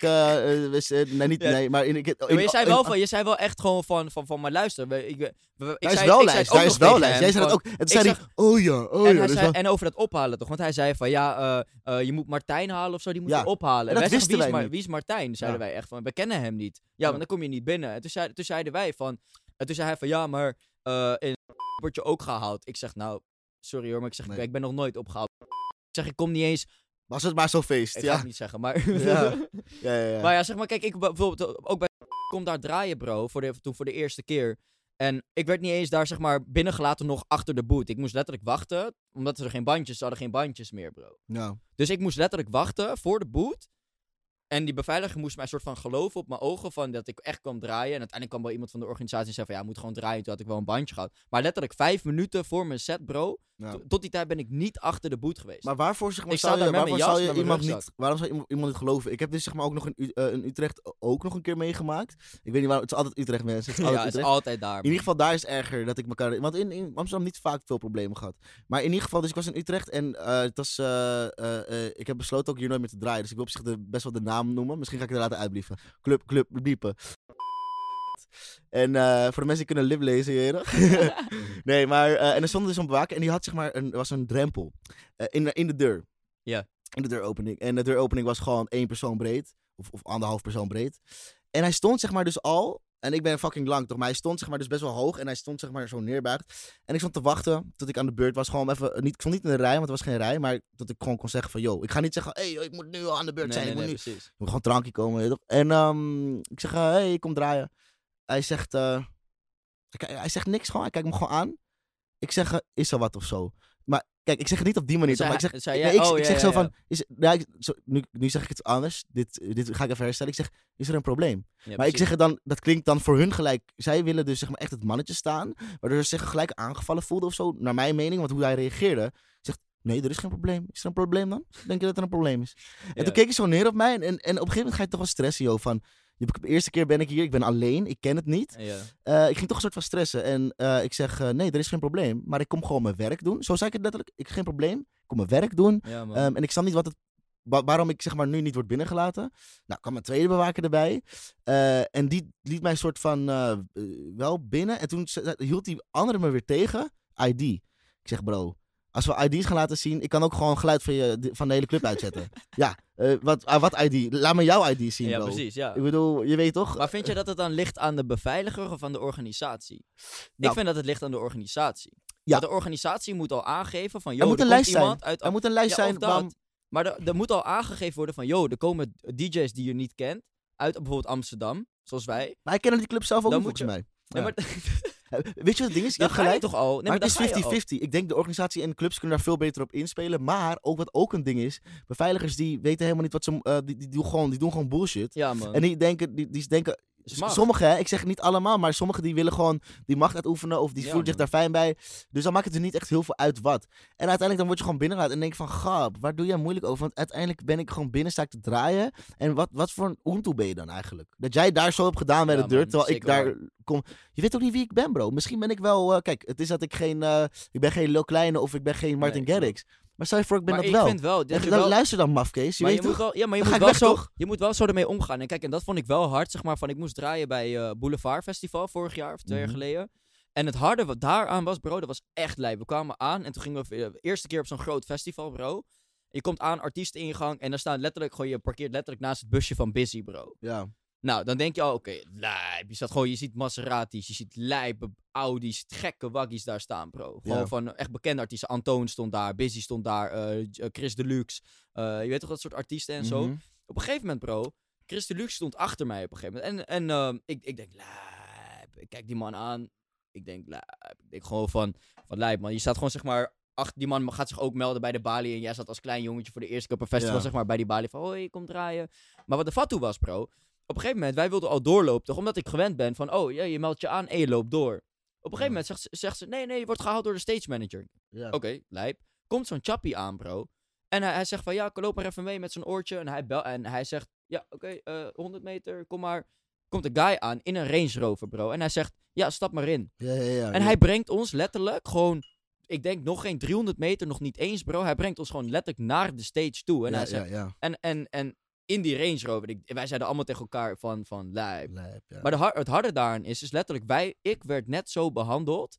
nee, maar... Je zei wel echt gewoon van maar luister, Daar is wel lijst. Jij zei dat ook. En toen zei hij, oh ja. En over dat ophalen toch, want hij zei van ja, je moet Martijn halen of zo, die moet je ophalen. En wij zeggen, wie is Martijn? Zeiden wij echt van, we kennen hem niet. Ja, want dan kom je niet binnen. En toen zeiden wij van, toen zei hij van ja, maar in word je ook gehaald. Ik zeg nou, sorry hoor, maar ik zeg, ik ben nog nooit opgehaald. Ik zeg, ik kom niet eens... Was het maar zo'n feest, Ik ga ja. het niet zeggen, maar... Ja. Maar ja, zeg maar, kijk, ik bijvoorbeeld ook bij kom daar draaien, bro, toen voor de eerste keer. En ik werd niet eens daar, zeg maar, binnengelaten nog achter de boot. Ik moest letterlijk wachten, omdat ze hadden geen bandjes meer, bro. Ja. Dus ik moest letterlijk wachten voor de boot. En die beveiliger moest mij een soort van geloven op mijn ogen van dat ik echt kwam draaien. En uiteindelijk kwam wel iemand van de organisatie en zei van ja, moet gewoon draaien. Toen had ik wel een bandje gehad. Maar letterlijk 5 minuten voor mijn set, bro. Ja. Tot die tijd ben ik niet achter de boot geweest. Maar waarvoor, zeg maar, Ik sta daar met mijn jas, met mijn iemand rugzak. niet, waarom zou iemand niet geloven? Ik heb dus zeg maar ook nog in Utrecht ook nog een keer meegemaakt. Ik weet niet waarom, het is altijd Utrecht, mensen. Het is altijd ja, het is Utrecht. altijd daar. In ieder geval daar is het erger dat ik elkaar... Want in Amsterdam niet vaak veel problemen gehad. Maar in ieder geval, dus ik was in Utrecht en het was... ik heb besloten ook hier nooit meer te draaien. Dus ik wil op zich best wel de naam noemen. Misschien ga ik het laten uitblieven. Club Diepe. En voor de mensen die kunnen lip lezen, je weet toch? Nee, maar... en er stond dus een bewaker en die had zeg maar... Er was een drempel in de deur. Ja. In de deuropening. En de deuropening was gewoon 1 persoon breed. Of 1,5 persoon breed. En hij stond zeg maar dus al... En ik ben fucking lang toch, maar hij stond zeg maar dus best wel hoog. En hij stond zeg maar zo neerbuigd. En ik stond te wachten tot ik aan de beurt was. Gewoon even, ik stond niet in de rij, want er was geen rij. Maar dat ik gewoon kon zeggen van, yo, ik ga niet zeggen, hey, ik moet nu al aan de beurt zijn. Nee, ik moet precies. ik moet gewoon drankje komen, weet je toch. En ik zeg, hey, ik kom draaien. Hij zegt, hij zegt niks gewoon. Hij kijkt me gewoon aan. Ik zeg, is er wat of zo? Maar kijk, ik zeg het niet op die manier. Zei Maar ik hij- zeg, zei nee, jij- ik zeg ja, zo ja, van, nu zeg ik het anders. Dit ga ik even herstellen. Ik zeg, is er een probleem? Ja, Maar ik precies. zeg het dan, dat klinkt dan voor hun gelijk. Zij willen dus zeg maar echt het mannetje staan. Waardoor ze zich gelijk aangevallen voelden of zo. Naar mijn mening, want hoe hij reageerde. Zegt, nee, er is geen probleem. Is er een probleem dan? Denk je dat er een probleem is? En Ja. toen keek hij zo neer op mij. En op een gegeven moment ga je toch wel stressen, joh. Van, de eerste keer ben ik hier, ik ben alleen, ik ken het niet. Ja. Ik ging toch een soort van stressen. En ik zeg, nee, er is geen probleem. Maar ik kom gewoon mijn werk doen. Zo zei ik het letterlijk. Ik geen probleem. Ik kom mijn werk doen. Ja, man. En ik snap niet waarom ik zeg maar nu niet word binnengelaten. Nou, kwam een tweede bewaker erbij. En die liet mij soort van wel binnen. En toen hield die andere me weer tegen. ID. Ik zeg, bro, als we ID's gaan laten zien, ik kan ook gewoon geluid van de hele club uitzetten. Ja, wat ID? Laat me jouw ID zien, Ja, bro. precies, ja. Ik bedoel, je weet toch? Maar vind je dat het dan ligt aan de beveiliger of aan de organisatie? Nou, Ik vind dat het ligt aan de organisatie. Ja. Want de organisatie moet al aangeven van, Er joh, moet een komt lijst zijn. iemand uit... Er moet een lijst Ja, zijn. of dat. Maar er moet al aangegeven worden van, joh, er komen DJ's die je niet kent, uit bijvoorbeeld Amsterdam, zoals wij. Maar ik ken die club zelf ook Dan niet, moet volgens mij. Nee, Ja. maar Weet je wat het ding is? Je dan hebt ga je gelijk. toch al. Nee, Maar het dan is ga je al. 50-50. Ik denk de organisatie en de clubs kunnen daar veel beter op inspelen. Maar ook wat ook een ding is, beveiligers die weten helemaal niet wat ze... die doen gewoon bullshit. Ja, man. En die denken... Is macht. Sommigen, hè, ik zeg niet allemaal, maar sommigen die willen gewoon die macht uitoefenen of die Ja, voelen zich man. daar fijn bij. Dus dan maakt het er niet echt heel veel uit wat. En uiteindelijk dan word je gewoon binnengelaten en denk je van, gap, waar doe jij moeilijk over? Want uiteindelijk ben ik gewoon binnen, sta ik te draaien. En wat voor een ontoe ben je dan eigenlijk? Dat jij daar zo hebt gedaan bij Ja, de deur, man, terwijl ik zeker daar waar. kom. Je weet ook niet wie ik ben, bro. Misschien ben ik wel, kijk, het is dat ik ik ben geen Lil Kleine of ik ben geen Martin Nee, Garrix. Maar stel je voor, ik ben maar dat ik wel. vind wel... Dat En je dan wel luister dan, mafkees. Je maar weet je moet toch? wel, ja, maar je Dan moet ga wel, ik weg, zo, toch? je moet wel zo ermee omgaan. En kijk, en dat vond ik wel hard, zeg maar, van ik moest draaien bij Boulevard Festival vorig jaar, of 2 jaar Mhm. geleden. En het harde wat daaraan was, bro, dat was echt lijp. We kwamen aan en toen gingen we de eerste keer op zo'n groot festival, bro. Je komt aan, artiesteningang, en dan staan letterlijk, gewoon, je parkeert letterlijk naast het busje van Busy, bro. Ja. Nou, dan denk je al, oké, lijp. Je ziet Maseratis, je ziet lijpe Audi's, gekke waggies daar staan, bro. Gewoon Ja. van echt bekende artiesten. Antoon stond daar, Busy stond daar, Chris Deluxe. Je weet toch dat soort artiesten en zo. Mhm. Op een gegeven moment, bro, Chris Deluxe stond achter mij op een gegeven moment. En ik denk, lijp. Ik kijk die man aan. Ik denk, lijp. Ik denk gewoon van lijp, man. Je staat gewoon, zeg maar, die man gaat zich ook melden bij de balie. En jij zat als klein jongetje voor de eerste keer op een festival, Ja. zeg maar, bij die balie van, hoi, kom draaien. Maar wat de fatu was, bro, op een gegeven moment, wij wilden al doorlopen, toch? Omdat ik gewend ben van, oh, ja, je meldt je aan en je loopt door. Op een gegeven moment zegt ze, nee, je wordt gehaald door de stage manager. Ja. Oké, lijp. Komt zo'n chappie aan, bro. En hij zegt van, ja, loop maar even mee met zijn oortje. En hij zegt, ja, oké, 100 meter, kom maar. Komt een guy aan in een Range Rover, bro. En hij zegt, ja, stap maar in. Ja. En hij brengt ons letterlijk gewoon, ik denk nog geen 300 meter, nog niet eens, bro. Hij brengt ons gewoon letterlijk naar de stage toe. En hij zegt, ja. en in die Range Rover, wij zeiden allemaal tegen elkaar van lijp. Lijp, ja. Maar het harde daarin is letterlijk, ik werd net zo behandeld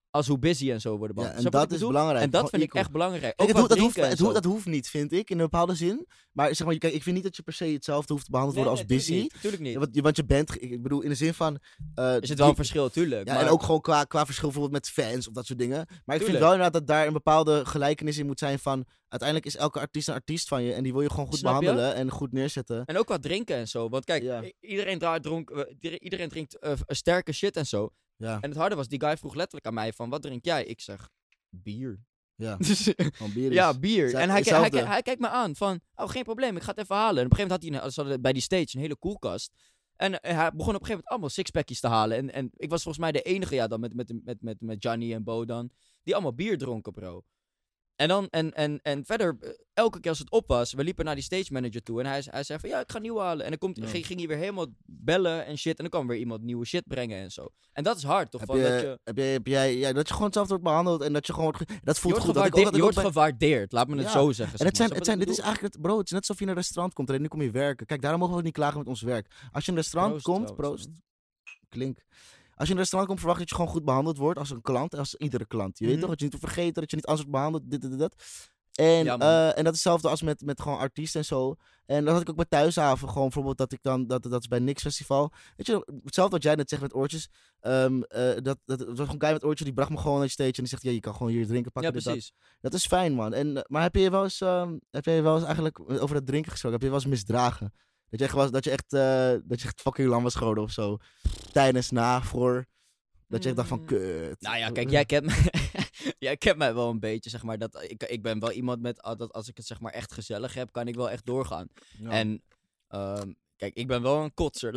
als hoe busy en zo worden Ja, behandeld. en Snap je wat dat ik is bedoel? belangrijk. En dat Gewoon vind ik equal. echt belangrijk. Kijk, Ook wat drinken en zo. dat hoeft niet, vind ik, in een bepaalde zin. Maar zeg maar, kijk, ik vind niet dat je per se hetzelfde hoeft behandeld te worden als busy. Tuurlijk niet. Want je bent, ik bedoel, in de zin van... Er zit wel een verschil, tuurlijk. Ja, maar... en ook gewoon qua verschil bijvoorbeeld met fans of dat soort dingen. Maar ik vind Tuurlijk. wel inderdaad dat daar een bepaalde gelijkenis in moet zijn van... Uiteindelijk is elke artiest een artiest van je en die wil je gewoon goed Snap je? behandelen en goed neerzetten. En ook wat drinken en zo. Want kijk, Ja. iedereen drinkt sterke shit en zo. Ja, En het harde was, die guy vroeg letterlijk aan mij van, wat drink jij? Ik zeg, bier. ja. Dus, Gewoon bier is... ja, bier. Zij- En hetzelfde. hij kijkt me aan van, oh, geen probleem, ik ga het even halen. En op een gegeven moment had hij bij die stage een hele koelkast. En hij begon op een gegeven moment allemaal sixpackjes te halen. En ik was volgens mij de enige, ja, dan met Gianni en Bo dan, die allemaal bier dronken, bro. En dan, en verder, elke keer als het op was, we liepen naar die stage manager toe. En hij zei van, ja, ik ga nieuw halen. En dan ging hij weer helemaal bellen en shit. En dan kwam weer iemand nieuwe shit brengen en zo. En dat is hard, toch? Heb jij, ja, dat je gewoon hetzelfde wordt behandeld en dat je gewoon wordt... Dat voelt goed. Je wordt gewaardeerd, laat me het zo zeggen. En zeg maar. Snap je wat dit ik is eigenlijk, bro, het is net alsof je in een restaurant komt en nu kom je werken. Kijk, daarom mogen we ook niet klagen met ons werk. Als je in een restaurant komt, trouwens, proost, klink. Als je in een restaurant komt, verwacht dat je gewoon goed behandeld wordt als een klant, als iedere klant. Je weet toch, dat je niet hoeft vergeten, dat je niet anders wordt behandeld, dit, dat. En, Ja, man. en dat is hetzelfde als met gewoon artiesten en zo. En dat had ik ook bij Thuishaven. Gewoon bijvoorbeeld dat ik dan... Dat is bij Nix Festival. Weet je, hetzelfde wat jij net zegt met oortjes. Dat was gewoon een guy met oortjes. Die bracht me gewoon naar de stage. En die zegt, ja, je kan gewoon hier drinken pakken. Ja, precies. Dat is fijn, man. En, maar heb je wel eens eigenlijk over dat drinken gesproken? Heb je wel eens misdragen? Dat je echt fucking lam was geworden of zo. Tijdens, na, voor... Dat je echt dacht van, kut. Nou ja, kijk, jij kent mij wel een beetje, zeg maar. Ik ben wel iemand dat als ik het zeg maar echt gezellig heb, kan ik wel echt doorgaan. Ja. En kijk, ik ben wel een kotser.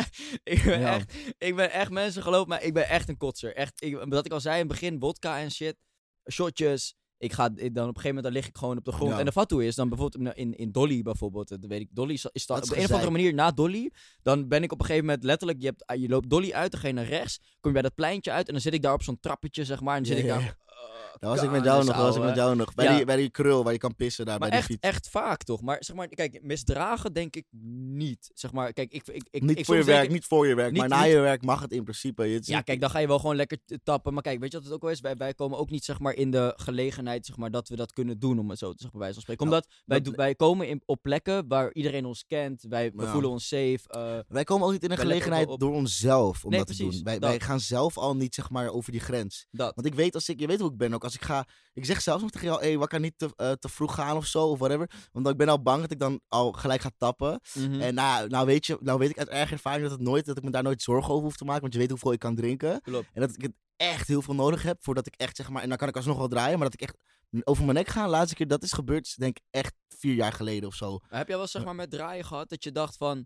ik ben echt, mensen geloof mij, ik ben echt een kotser. Echt, wat ik al zei in het begin, vodka en shit, shotjes. Dan op een gegeven moment dan lig ik gewoon op de grond. Ja. En de fatsoen is dan bijvoorbeeld in Dolly bijvoorbeeld. Dat weet ik, Dolly is Dat op is een of andere gezeik. manier na Dolly. Dan ben ik op een gegeven moment letterlijk, je loopt Dolly uit, dan ga je naar rechts. Kom je bij dat pleintje uit en dan zit ik daar op zo'n trappetje, zeg maar. En dan zit ik daar... Dat was ik met jou nog. Bij die krul waar je kan pissen daar Maar bij die fiets. echt vaak toch? Maar zeg maar, kijk, misdragen denk ik niet. Zeg maar, kijk, Niet voor je soms werk, denk ik- niet voor je werk, niet- maar na niet- je werk mag het in principe. Ja, kijk, dan ga je wel gewoon lekker tappen. Maar kijk, weet je wat het ook wel is? Wij komen ook niet zeg maar in de gelegenheid zeg maar, dat we dat kunnen doen, om het zo te zeggen, bij wijze van spreken. Nou, Omdat wij komen op plekken waar iedereen ons kent. Wij Ja. voelen ons safe. Wij komen ook niet in een wij letten gelegenheid op- door onszelf om Nee, dat te precies, doen. dat. Wij gaan zelf al niet zeg maar over die grens. Dat. Want ik weet je weet hoe ik ben ook. Als ik ga, ik zeg zelfs nog tegen jou, hey, wat kan niet te vroeg gaan of zo, of whatever. Want ik ben al bang dat ik dan al gelijk ga tappen. Mhm. En nou weet ik uit eigen ervaring dat ik me daar nooit zorgen over hoef te maken. Want je weet hoeveel ik kan drinken. Klopt. En dat ik het echt heel veel nodig heb voordat ik echt zeg maar, en dan kan ik alsnog wel draaien, maar dat ik echt over mijn nek ga. De laatste keer dat is gebeurd, is denk ik echt 4 jaar geleden of zo. Maar heb jij wel zeg maar met draaien gehad dat je dacht van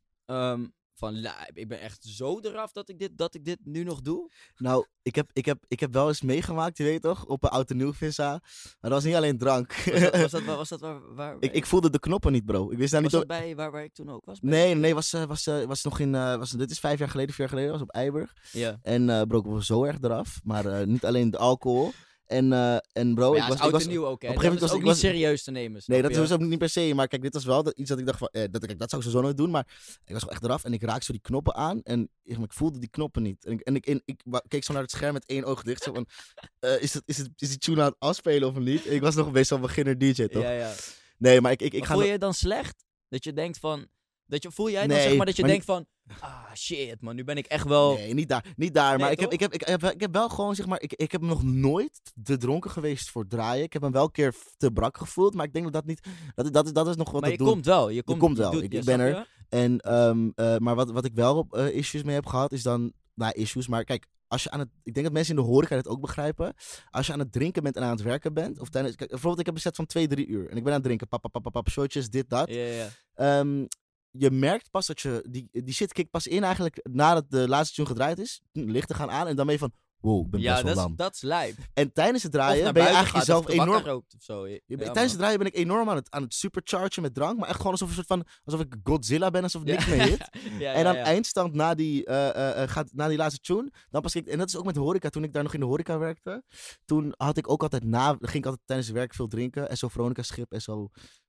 ik ben echt zo eraf dat ik dit nu nog doe? Nou, ik heb wel eens meegemaakt, je weet toch, op een oud en nieuw vissa. Maar dat was niet alleen drank. Was dat waar? Ik voelde de knoppen niet, bro. Ik wist daar was niet dat bij waar ik toen ook was? Nee, was nog in... dit is 5 jaar geleden, 4 jaar geleden, was op Eiburg. Ja. En bro, ik was zo erg eraf. Maar niet alleen de alcohol. En bro, Ja, is oud en nieuw ook, hè? op een gegeven moment dat is ook niet serieus te nemen, Nee, snap dat je? is ook niet per se. Maar kijk, dit was wel iets dat ik dacht van... dat zou ik sowieso nooit doen. Maar ik was gewoon echt eraf. En ik raakte zo die knoppen aan. En ik voelde die knoppen niet. Ik keek zo naar het scherm met 1 oog dicht. Zo van... is die tune aan het afspelen of niet? Ik was nog best wel beginner DJ, toch? Ja. Nee, maar ik ga... Voel je je dan slecht? Dat je denkt van... Voel jij dan Nee, zeg maar dat je maar denkt van... shit man, nu ben ik echt wel... Nee, niet daar. Maar Nee, ik heb wel gewoon, zeg maar, ik heb nog nooit te dronken geweest voor draaien. Ik heb hem wel een keer te brak gevoeld, maar ik denk dat niet, dat is nog wat Maar te je doen. komt wel. Je komt wel. doet- Ik ja, ben snap er. je? En, maar wat ik wel issues mee heb gehad, is dan, issues, maar kijk, als je ik denk dat mensen in de horeca dit ook begrijpen. Als je aan het drinken bent en aan het werken bent, of tijdens, kijk, bijvoorbeeld ik heb een set van 2-3 uur en ik ben aan het drinken, pap, shotjes, dit, dat. Ja. Je merkt pas dat je... Die shit kikt pas in eigenlijk nadat de laatste tune gedraaid is. Lichten gaan aan en dan ben je van... Wow, ik ben best wel lam. dat is lijp. En tijdens het Of draaien naar ben je buiten eigenlijk gaat, jezelf of tobak enorm... rookt of zo. Ja, Tijdens het draaien ben ik enorm aan het superchargen met drank. Maar echt gewoon alsof ik Godzilla ben. Alsof niks meer hit. En dan eindstand na die laatste tune. Dan pas en dat is ook met de horeca. Toen ik daar nog in de horeca werkte. Toen had ik ook altijd ging ik altijd tijdens het werk veel drinken. En zo Veronica Schip en zo...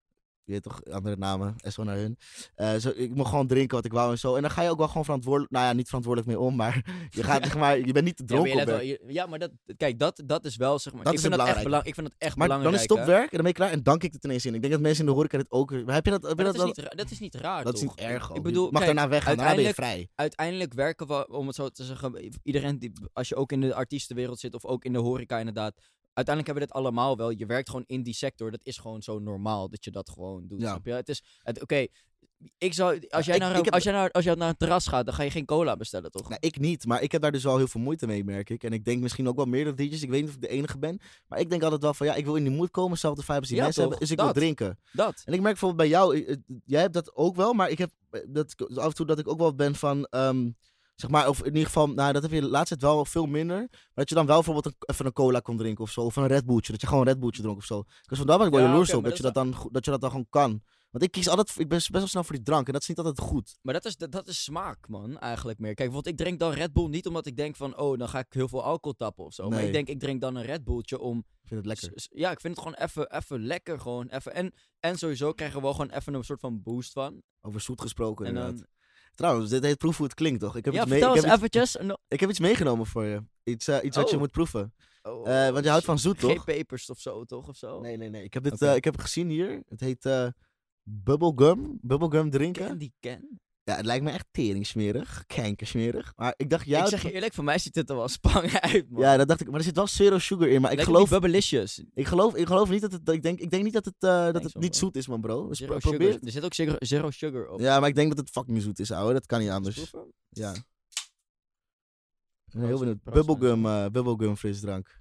Je weet toch, andere namen, SO naar hun. Ik mocht gewoon drinken wat ik wou en zo. En dan ga je ook wel gewoon verantwoordelijk, nou ja, niet verantwoordelijk mee om, maar je gaat, zeg maar, je bent niet te dronken op werk. Ja, maar dat is wel, zeg maar, Dat ik is vind het dat echt belangrijke. ik vind dat echt Maar belangrijk. dan is het op werk en dan ben je klaar en dan kikt het ineens in. Ik denk dat mensen in de horeca dit ook... Heb je dat Maar wel? dat is niet raar, Dat is toch? niet erg, hoor. Ik bedoel, je mag kijk, daarna weggaan, daarna ben je vrij. uiteindelijk werken we, om het zo te zeggen, iedereen die, als je ook in de artiestenwereld zit of ook in de horeca inderdaad, uiteindelijk hebben we dit allemaal wel. Je werkt gewoon in die sector, dat is gewoon zo normaal dat je dat gewoon doet, Ja. snap je? Oké, als jij naar een terras gaat, dan ga je geen cola bestellen, toch? Nou, ik niet, maar ik heb daar dus wel heel veel moeite mee, merk ik. En ik denk misschien ook wel meerdere DJ's. Ik weet niet of ik de enige ben. Maar ik denk altijd wel van, ja, ik wil in die mood komen. Zelfde vibes die Ja, mensen toch? hebben. Dus ik wil drinken. Dat. En ik merk bijvoorbeeld bij jou, jij hebt dat ook wel. Maar ik heb dat af en toe dat ik ook wel ben van, zeg maar, of in ieder geval, nou, dat heb je de laatste tijd wel veel minder. Maar dat je dan wel bijvoorbeeld even een cola kon drinken of zo. Of een Red Bulltje. Dat je gewoon een Red Bulltje dronk of zo. Dus vandaar ben ik wel Ja, jaloers oké, op. maar Dat je dat dan gewoon kan. Want ik ben best wel snel voor die drank. En dat is niet altijd goed. Maar dat is smaak, man, eigenlijk meer. Kijk, bijvoorbeeld, ik drink dan Red Bull niet omdat ik denk van, oh, dan ga ik heel veel alcohol tappen of zo. Maar Nee. ik drink dan een Red Bulltje om... Ik vind het lekker. Ja, ik vind het gewoon even lekker, gewoon even. En sowieso krijgen we wel gewoon even een soort van boost van. Over zoet gesproken En dan- inderdaad. Trouwens, dit heet proef hoe het klinkt, toch? Ik heb, Ja, iets, vertel eens ik heb, eventjes. ik heb iets meegenomen voor je. Iets wat je Oh. moet proeven. Oh, Want je houdt van zoet, geen toch? pepers of zo, toch? Of zo? Nee. Ik heb, Oké. ik heb het gezien hier. Het heet bubblegum. Bubblegum drinken. Candy Can? Ja, het lijkt me echt teringsmerig. Kankersmerig. Maar ik dacht, ja... Ik zeg je eerlijk, voor mij ziet het er wel spang uit, man. Ja, dat dacht ik. Maar er zit wel zero sugar in. Maar ik Lijkt geloof, me die Bubblicious. ik geloof niet dat het... Ik denk niet dat het, dat het zo, niet bro. zoet is, man, bro. Dus Zero probeer sugar. Er zit ook zero sugar op. Ja, maar ik denk dat het fucking zoet is, ouwe. Dat kan niet anders. Proeven? Ja. Ik ben heel benieuwd. Proost, Bubblegum frisdrank.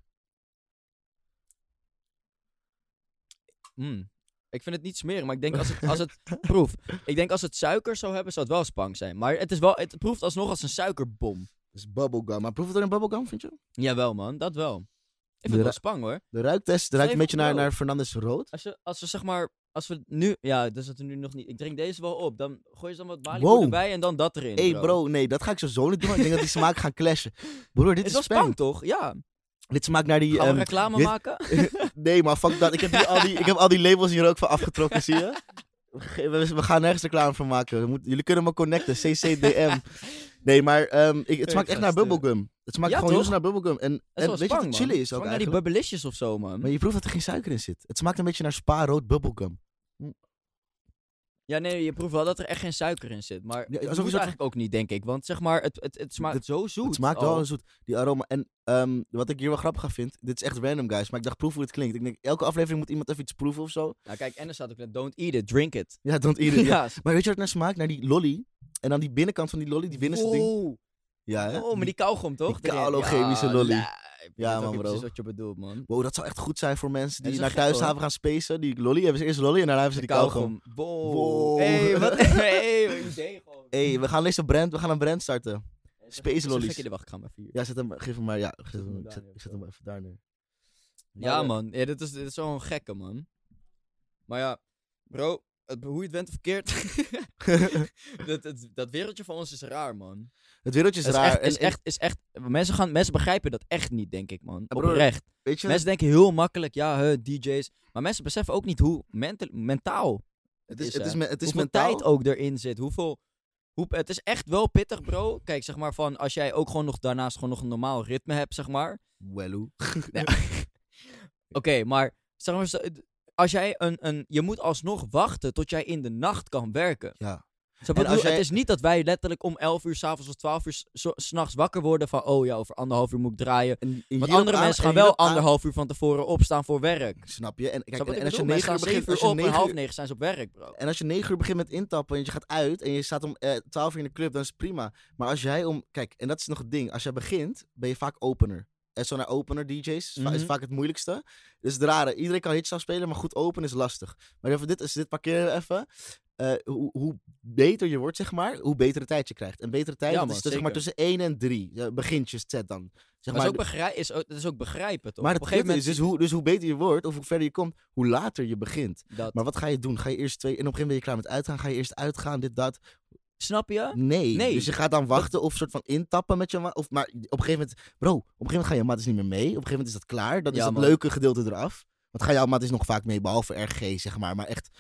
Ik vind het niet smerig, maar ik denk als het proef. Ik denk als het suiker zou hebben, zou het wel spang zijn. Maar het proeft alsnog als een suikerbom. Dus bubblegum. Maar proef het er een bubblegum, vind je? Jawel, man, dat wel. Ik vind De het wel spang, hoor. De ruiktest ruikt een beetje Bro. naar Fernandes rood. Als we zeg maar, als we nu, ja, dus dat we nu nog niet. Ik drink deze wel op. Dan gooi je dan wat Malibu Wow. erbij en dan dat erin. Hé bro, nee, dat ga ik zo niet doen. Ik denk dat die smaken gaan clashen. Broer, dit Het is is wel spang, spam. toch? Ja. Dit smaakt naar die... Gaan we reclame dit- maken? Nee, maar fuck dat. Ik heb al die labels hier ook van afgetrokken, zie je? We gaan nergens reclame van maken. Jullie kunnen me connecten. CCDM. Nee, maar het smaakt echt naar bubblegum. Het smaakt Ja, gewoon heel toch? zo naar bubblegum. En Dat is wel weet je spang, wat chili man. is ook Spang naar die eigenlijk? Bubblicious of zo, man. Maar je proeft dat er geen suiker in zit. Het smaakt een beetje naar spa-rood bubblegum. Ja, nee, je proeft wel dat er echt geen suiker in zit. Maar Ja, het alsof hoeft je soort- eigenlijk ook niet, denk ik. Want zeg maar, het smaakt zo zoet. Het smaakt al. wel een zoet. Die aroma. En wat ik hier wel grappig aan vind. Dit is echt random, guys. Maar ik dacht, proef hoe het klinkt. Ik denk, elke aflevering moet iemand even iets proeven of zo. Nou kijk, en er staat ook net, don't eat it, drink it. Ja, don't eat it. Ja. Ja. Maar weet je wat het naar smaakt? Naar die lolly. En dan die binnenkant van die lolly. Die binnenste ding. Wow. Ja, hè? Oh, maar die kauwgom toch? die Erin. kauwlochemische Ja, lolly. lijp. Ja, Ik weet man, ook bro. precies wat je bedoelt, man. Wow, dat zou echt goed zijn voor mensen Dat die is naar wel gek, thuishaven gaan spacen. Die lolly hebben ze eerst lolly en daarna hebben ze De die kauwgom. Wow. Wow. Hey, wat een idee gewoon. Hey, we gaan een brand starten. Space lollies. Wacht, ik ga hem even hier. Ja, geef hem maar. Ja, Zet hem daar ik neer. zet hem even daar neer. Ja, Maar, man. Ja, dit is zo'n gekke, man. Maar ja, bro, hoe je het went of verkeerd. dat wereldje van ons is raar, man. Het wereldje is Het raar. is echt. Mensen begrijpen dat echt niet, denk ik, man. broer, Oprecht. Weet je, Mensen denken heel makkelijk, ja, DJ's. Maar mensen beseffen ook niet hoe mentaal het is hè. hoeveel mentaal tijd ook erin zit. Het is echt wel pittig, bro. Kijk, zeg maar van, als jij ook gewoon nog daarnaast gewoon nog een normaal ritme hebt, zeg maar. Wello. Oké, maar zeg maar, als jij je moet alsnog wachten tot jij in de nacht kan werken. Ja. Zo, En als jij- Het is niet dat wij letterlijk om 11 uur 's avonds of 12 uur 's nachts wakker worden van, oh ja, over 1,5 uur moet ik draaien. Want andere mensen gaan wel 1,5 uur van tevoren opstaan voor werk. Snap je? En, kijk, Snap wat ik en als je bedoel? 9 Mensen uur staan 7 begint, als uur je op en 9 half uur, 9 zijn ze op werk, bro. en als je 9 uur begint met intappen en je gaat uit en je staat om 12 uur in de club, dan is het prima. Maar als jij kijk, en dat is nog het ding, als jij begint, ben je vaak opener. En zo naar opener DJ's is vaak het moeilijkste. Dus het rare, iedereen kan hits afspelen, maar goed open is lastig. Maar even dit parkeren we even. Hoe beter je wordt, zeg maar, hoe betere tijd je krijgt. En betere tijd Ja, dat man, is zeg maar zeker. tussen 1 en 3. Ja, begintjes set dan. Zeg Maar maar, dat is ook begrijpen, toch? maar Op het een gegeven is, moment dus hoe beter je wordt, of hoe verder je komt, hoe later je begint. dat. Maar wat ga je doen? Ga je eerst 2... En op een gegeven moment ben je klaar met uitgaan. Ga je eerst uitgaan, dit, dat. Snap je? Nee. Nee. Dus je gaat dan wachten of soort van intappen met je maar op een gegeven moment... Bro, op een gegeven moment gaan je matties niet meer mee. Op een gegeven moment is dat klaar. Dan is Ja, dat man. leuke gedeelte eraf. Want gaan jouw matties nog vaak mee, behalve RG, zeg maar. Maar echt...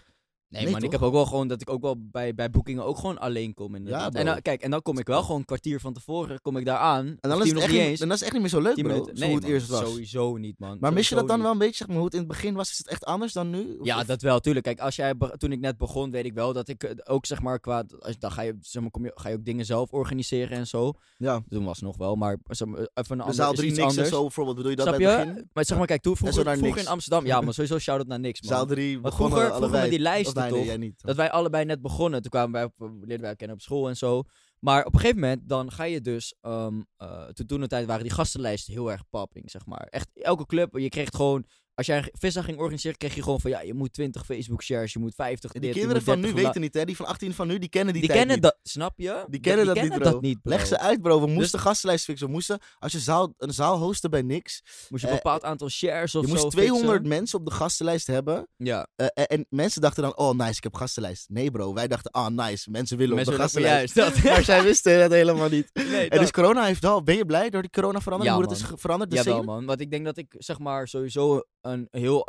Nee, Nee, man, ik toch? heb ook wel gewoon dat ik ook wel bij boekingen ook gewoon alleen kom. Inderdaad. Ja, En bro. dan, kijk, en dan kom ik wel gewoon een kwartier van tevoren kom ik daar aan. En dan Of is, die het nog echt niet niet, eens. en dat is echt niet meer zo leuk, 10 bro. minuten. Zo Nee, hoe het man, eerst was. sowieso niet, man. Maar mis je dat Sowieso dan niet. wel een beetje, zeg maar, hoe het in het begin was? Is het echt anders dan nu? Ja, dat wel, tuurlijk. Kijk, toen ik net begon, weet ik wel dat ik ook, zeg maar, dan ga je, zeg maar, ga je ook dingen zelf organiseren en zo. Ja. Toen was het nog wel, maar zeg maar, even een De ander, zaal is 3 iets niks en anders. zo bijvoorbeeld. Bedoel je dat Snap bij het je? begin? Maar zeg maar, kijk, toen zo naar vroeger niks. in Amsterdam, ja, maar sowieso shout-out naar niks, man. Zaal 3 Want begonnen vroeger allebei. met die lijsten, Of nee, toch? jij niet. Dat wij allebei net begonnen. Toen leerden wij kennen op school en zo. Maar op een gegeven moment, dan ga je dus... toen de tijd waren die gastenlijsten heel erg popping, zeg maar. Echt, elke club, je kreeg gewoon... Als jij een visdag ging organiseren, kreeg je gewoon van... Ja, je moet 20 Facebook shares, je moet 50 Die dit, je kinderen moet van nu 30 weten niet, hè? Die van 18 van nu, die kennen die Die tijd kennen niet. dat, snap je? Die kennen dat niet, bro. bro. Leg ze uit, bro. We moesten Dus- gastenlijst fixen. We moesten, als je een zaal hosten bij niks, Moest je een bepaald aantal shares of je zo moest 200 fixen. mensen op de gastenlijst hebben. Ja, En mensen dachten dan, oh nice, ik heb gastenlijst. Nee bro, wij dachten, ah nice, mensen willen mensen op de willen gastenlijst. juist. Dat. Maar zij wisten dat helemaal niet. Nee, En dus corona heeft wel, ben je blij door die corona verandering? Ja, hoe het man. is veranderd? De Jawel, scene? man. Want ik denk dat ik, zeg maar, sowieso een heel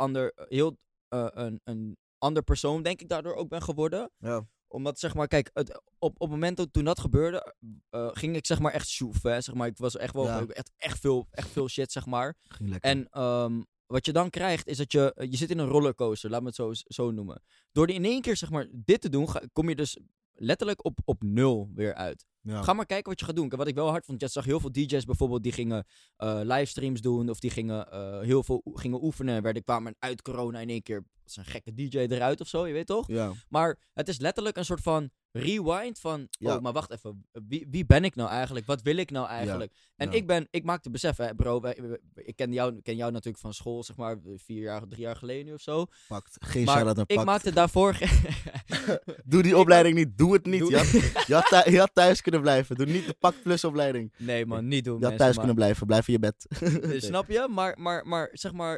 een ander persoon, denk ik, daardoor ook ben geworden. Ja. Omdat, zeg maar, kijk, op het moment toen dat gebeurde, ging ik, zeg maar, echt sjoefen, hè. Zeg maar, ik was echt wel, Ja. echt veel shit, zeg maar. Ging lekker. En wat je dan krijgt, is dat je zit in een rollercoaster, laat me het zo noemen. Door in één keer, zeg maar, dit te doen, kom je dus letterlijk op 0 weer uit. Ja. Ga maar kijken wat je gaat doen. Kijk, wat ik wel hard vond, je zag heel veel DJ's bijvoorbeeld, die gingen livestreams doen, of die gingen heel veel gingen oefenen, kwamen uit corona in één keer, als een gekke DJ eruit of zo, je weet toch? Ja. Maar het is letterlijk een soort van rewind van, Ja. oh, maar wacht even, wie ben ik nou eigenlijk? Wat wil ik nou eigenlijk? En Ja. ik maakte besef, hè, bro, ik ken jou natuurlijk van school, zeg maar, 3 jaar geleden nu of zo. Pakt. Geen Maar shout-out naar ik Pakt. maakte daarvoor... Doe die opleiding niet. Doe het niet. Doe- Je had thuis kunnen blijven. Doe niet de Pakt Plus opleiding. Nee man, niet doen Je had mensen, thuis maar- kunnen blijven. Blijf in je bed. Snap je? Maar zeg maar,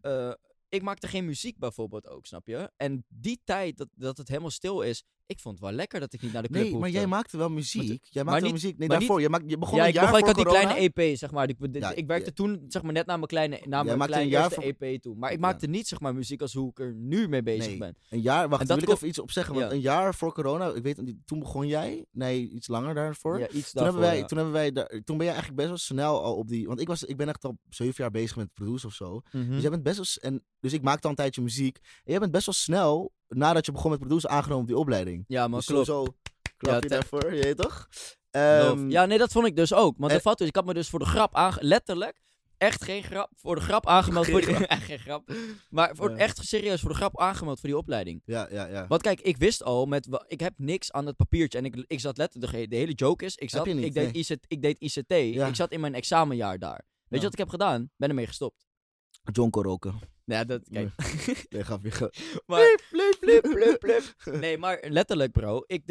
ik maakte geen muziek bijvoorbeeld ook, snap je? En die tijd dat het helemaal stil is, ik vond het wel lekker dat ik niet naar de club Nee, maar hoefde. jij maakte wel muziek. Jij maar maakte wel niet- muziek. Nee, maar daarvoor. Je begon Ja, een jaar ik voor had die corona. kleine EP, zeg maar. Ja, Ik werkte toen, zeg maar, net na mijn maakte kleine een jaar eerste EP toe. Maar ik maakte niet, zeg maar, muziek als hoe ik er nu mee bezig Nee. ben. Een jaar, wacht, En daar dat wil ik komt- even iets op zeggen. Want Ja. een jaar voor corona, ik weet niet, toen begon jij. Nee, iets langer daarvoor. Ja, iets Toen, daarvoor, ja. toen ben jij eigenlijk best wel snel al op die... Want ik ben echt al 7 jaar bezig met produceren of zo. Mhm. Dus jij bent best wel... Dus ik maakte al een tijdje muziek. En jij bent best wel snel, nadat je begon met produceren, aangenomen op die opleiding. Ja, man, Dus klopt. sowieso klap je te- daarvoor, je weet toch? Love. Ja, nee, dat vond ik dus ook. Want en- de fout is, ik had me dus voor de grap letterlijk, echt geen grap, voor de grap aangemeld. Geen Voor die, grap. echt geen grap. Maar Ja. echt serieus voor de grap aangemeld voor die opleiding. Ja. Want kijk, ik wist al, ik heb niks aan het papiertje. En ik zat letterlijk, de hele joke is, Heb je niet? ik deed ICT. Ja. Ik zat in mijn examenjaar daar. Weet Ja. je wat ik heb gedaan? Ben ermee gestopt. Jonko roken. Ja, dat, kijk. Nee, grapje. Maar, Blip. nee, maar letterlijk, bro. Ik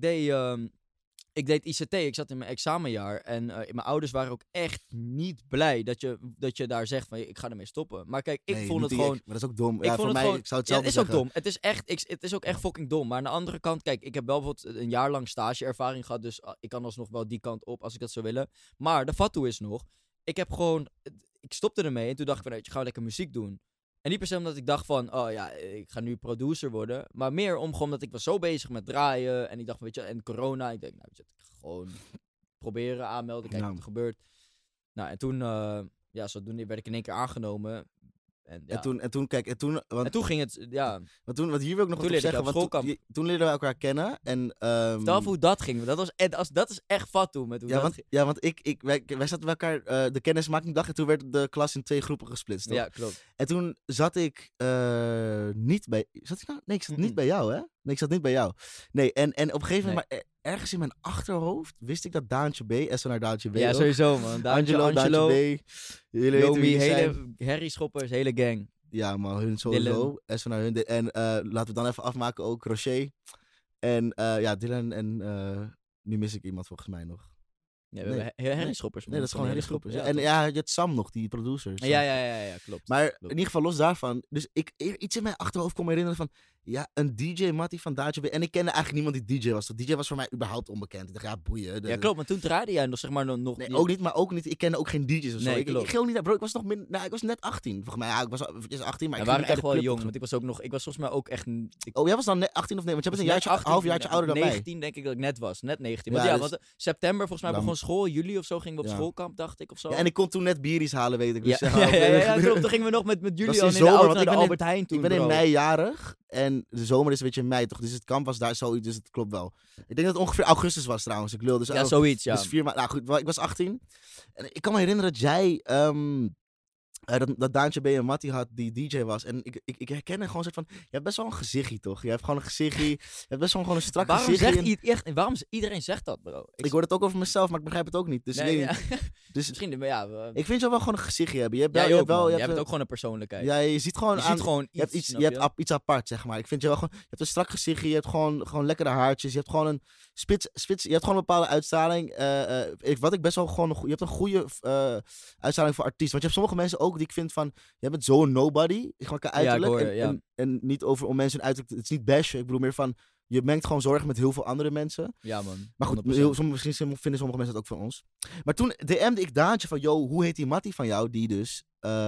deed ICT, ik zat in mijn examenjaar en mijn ouders waren ook echt niet blij dat je daar zegt van ik ga ermee stoppen. Maar kijk, ik vond het gewoon... Maar dat is ook dom. Ik Ja, vond voor het mij, gewoon, ik zou het ja, zelf het is ook zeggen. dom. Het is ook echt fucking dom. Maar aan de andere kant, kijk, ik heb wel bijvoorbeeld een jaar lang stageervaring gehad, dus ik kan alsnog wel die kant op als ik dat zou willen. Maar de fatsoen is nog, ik stopte ermee en toen dacht ik van, weet je, ga lekker muziek doen. En niet per se omdat ik dacht van, oh ja, ik ga nu producer worden. Maar meer gewoon omdat ik was zo bezig met draaien. En ik dacht van, weet je, en corona. Ik denk, nou, weet je, ik ga gewoon proberen aanmelden, kijken Ja. wat er gebeurt. Nou, en toen, zodoende werd ik in één keer aangenomen. En, ja. En toen, kijk, En toen ging het, ja. want hier wil ik nog Toen wat op leerde ik zeggen. op Want schoolkamp. toen leerden we elkaar kennen. En, Vertel even hoe dat ging. Dat is echt fat toen. Met hoe ja, dat want, ging. ja, want wij zaten bij elkaar de kennismakingdag en toen werd de klas in 2 groepen gesplitst. Toch? Ja, klopt. En toen zat ik niet bij... Zat ik nou? Nee, ik zat niet Mm-mm. bij jou, hè? Nee, ik zat niet bij jou. Nee, en op een gegeven moment, maar ergens in mijn achterhoofd wist ik dat Daantje B, SO naar Daantje B Ja, ook. sowieso, man. Angelo, Angelo, Daantje B. Jullie weten Yomi, wie die zijn. hele Harry Schoppers, hele gang. Ja, maar hun sowieso. SO naar hun. En laten we dan even afmaken ook, Rocher. En ja, Dylan en nu mis ik iemand volgens mij nog. Nee, we Nee. hebben Harry Schoppers. Nee, dat is gewoon Harry hele Schoppers. groep. En toch? ja, je had Sam nog, die producer. Sam. Ja, klopt. Maar Klopt. in ieder geval los daarvan. Dus iets in mijn achterhoofd kon me herinneren van... Ja, een DJ, Mattie van Daatje B. En ik kende eigenlijk niemand die DJ was. De DJ was voor mij überhaupt onbekend. Ik dacht, ja, boeien. Ja, klopt. Maar toen draaide jij nog, zeg maar, nog Nee, niet. ook niet. Ik kende ook geen DJ's of zo. Nee, Ik ging ook niet naar, bro. Ik was nog ik was net 18. Volgens mij, ja, ik was eventjes 18, maar We ik ging waren niet naar echt de wel club jong, of zo. want ik was volgens mij ook echt... Oh, jij was dan net 18 of nee? Want jij bent een jaartje, halfjaartje ouder dan mij. 19 denk ik dat ik net was. Net 19. Ja, Want ja, dus- want september volgens mij Dan- begon school. Juli of zo gingen we op Ja. schoolkamp, dacht ik, of zo. Ja, en ik kon toen net bieries halen, weet ik. Ja, Dus zeg, ja, klopt. Toen gingen we nog met Was Julian in in de zomer, auto want naar ik de ben Albert Heijn toen, Ik ben in bro. mei jarig en de zomer is een beetje in mei, toch? Dus het kamp was daar zoiets, dus het klopt wel. Ik denk dat het ongeveer augustus was trouwens. Ik lul dus Ja, zoiets, ja. Dus 4 maanden. Nou goed, ik was 18. En ik kan me herinneren dat jij... dat Daantje B en Mattie had die DJ was. En ik herkende gewoon een soort van... Je hebt best wel een gezichtje, toch? Je hebt gewoon een gezichtje. Je hebt best wel gewoon een strak gezichtje. Waarom iedereen zegt dat, bro? Ik hoor het ook over mezelf, maar ik begrijp het ook niet. Dus, Nee, ik, weet ja. niet. Dus Misschien, maar ja... ik vind jou wel gewoon een gezichtje hebben. Je hebt, Jij je ook, hebt wel... man. Je Jij hebt hebt ook gewoon een persoonlijkheid. Ja, je ziet gewoon Je aan... ziet gewoon Je hebt, iets, je hebt iets apart, zeg maar. Ik vind je wel gewoon... Je hebt een strak gezichtje, je hebt gewoon lekkere haartjes. Je hebt gewoon een spits... Je hebt gewoon een bepaalde uitstraling. Wat ik best wel gewoon... Je hebt een goede uitstraling voor artiesten. Want je hebt sommige mensen ook die ik vind van... Je bent zo'n nobody. Gewoon qua uiterlijk. hoor je, ja. En niet over om mensen hun uiterlijk... Het is niet bashen. Ik bedoel meer van... Je mengt gewoon zorgen met heel veel andere mensen. Ja, man. Maar goed, 100%. misschien vinden sommige mensen dat ook van ons. Maar toen DM'de ik Daantje van... Yo, hoe heet die Mattie van jou die dus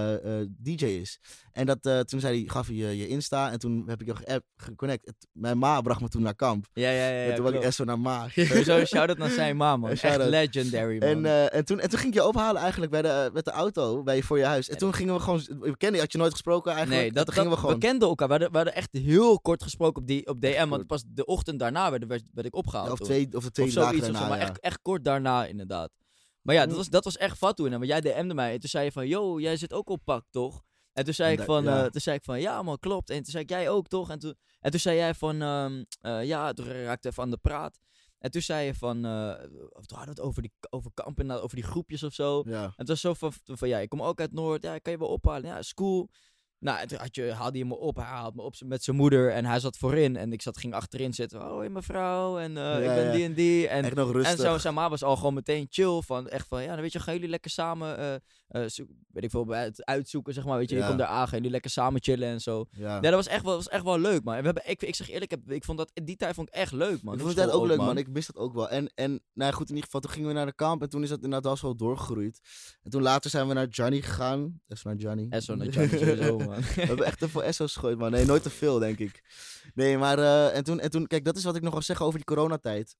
DJ is? En toen gaf hij je Insta. En toen heb ik jou geconnect. Mijn ma bracht me toen naar kamp. Ja, En toen was ik klopt. echt zo naar ma. Sowieso shout-out naar zijn ma, man. Ja, Echt shout-out. legendary, man. En toen ging ik je ophalen eigenlijk met de auto voor je huis. En toen gingen we gewoon... Had je nooit gesproken eigenlijk? Nee, En toen gingen we gewoon... we kenden elkaar. We hadden echt heel kort gesproken op DM. Want pas de ochtend daarna werd ik opgehaald. Ja, of toen. de twee Of dagen zoiets of daarna, zo. Maar ja. echt kort daarna, inderdaad. Maar ja, dat was echt vat toen. Want jij DM'de mij. En toen zei je van, yo, jij zit ook op pak, toch? En toen zei ik van, ja man, klopt. En toen zei ik, jij ook, toch? En toen zei jij van, ja, toen raakte even aan de praat. En toen zei je van, toen hadden we het over kampen, over die groepjes of zo. Ja. En het was zo van, ja, ik kom ook uit Noord, ja, kan je wel ophalen? Ja, is cool. Nou, en toen haalde hij me op, hij haalt me op met zijn moeder en hij zat voorin. En ik ging achterin zitten, oh, hey, mevrouw, en ik ben die en die. En, echt nog rustig. en zijn ma was al gewoon meteen chill van, echt van, ja, dan weet je, gaan jullie lekker samen, weet ik veel, bij het uitzoeken, zeg maar, weet je, je komt daar aan, gaan jullie lekker samen chillen en zo. Ja. Ja, dat was echt wel leuk, man. Ik zeg eerlijk, ik vond dat, die tijd vond ik echt leuk, man. Ik vond het ook leuk, man. Ik mis dat ook wel. En nou goed, in ieder geval, toen gingen we naar de kamp en toen is dat inderdaad wel zo doorgegroeid. En toen later zijn we naar Johnny gegaan. Esso naar Johnny. Esso naar Johnny, sowieso, man. We hebben echt te veel Esso's gegooid, man. Nee, nooit te veel, denk ik. Nee, maar en toen, kijk, dat is wat ik nog wil zeggen over die coronatijd.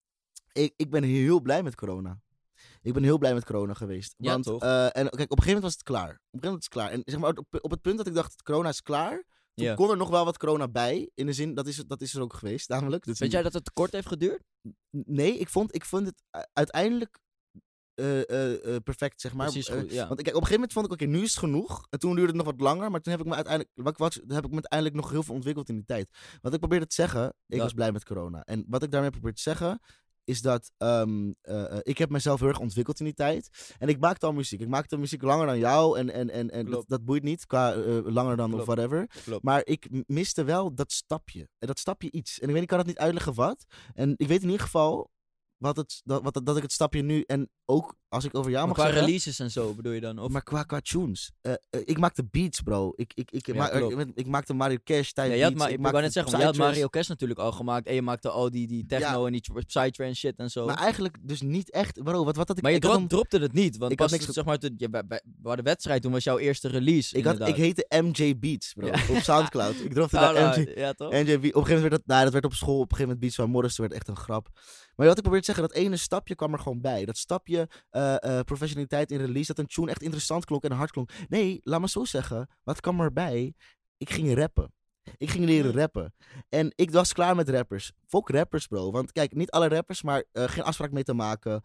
Ik ben heel blij met corona. Ik ben heel blij met corona geweest. Ja, Want, toch? En kijk, op een gegeven moment was het klaar. En zeg maar, op het punt dat ik dacht, corona is klaar. Toen kon er nog wel wat corona bij. In de zin, dat is er ook geweest, namelijk. Weet jij dat het te kort heeft geduurd? Nee, ik vond het uiteindelijk perfect, zeg maar. Precies goed, ja. Want kijk, op een gegeven moment vond ik, oké, nu is het genoeg. En toen duurde het nog wat langer, maar toen heb ik me uiteindelijk nog heel veel ontwikkeld in die tijd. Wat ik probeerde te zeggen, ik was blij met corona. En wat ik daarmee probeer te zeggen, is dat ik heb mezelf heel erg ontwikkeld in die tijd. En ik maakte al muziek. Ik maakte muziek langer dan jou. En dat boeit niet, qua langer dan of whatever. Klopt. Maar ik miste wel dat stapje. En dat stapje iets. En ik weet, ik kan het niet uitleggen wat. En ik weet in ieder geval dat ik het stapje nu... En ook als ik over jou mag zeggen... Qua releases en zo bedoel je dan? Of? Maar qua tunes. Ik maakte beats, bro. Ik maakte Mario Cash tijd beats. Ik wou net zeggen, je had Mario Cash natuurlijk al gemaakt. En je maakte al die techno en die psytrance shit en zo. Maar eigenlijk dus niet echt, bro. Wat had ik... Maar je dropte het niet. Want ik pas, had niks zeg maar, we hadden wedstrijd, toen was jouw eerste release. Ik heette MJ Beats, bro. Op Soundcloud. Ik dropte daar MJ. Ja, toch? MJ Beats. Op een gegeven moment dat werd op school. Op een gegeven moment Beats van Morris. Dat werd echt een grap. Maar wat ik probeer te zeggen, dat ene stapje kwam er gewoon bij. Dat stapje professionaliteit in release, dat een tune echt interessant klonk en hard klonk. Nee, laat me zo zeggen. Wat kwam erbij? Ik ging rappen. Ik ging leren rappen. En ik was klaar met rappers. Fuck rappers, bro. Want kijk, niet alle rappers, maar geen afspraak mee te maken.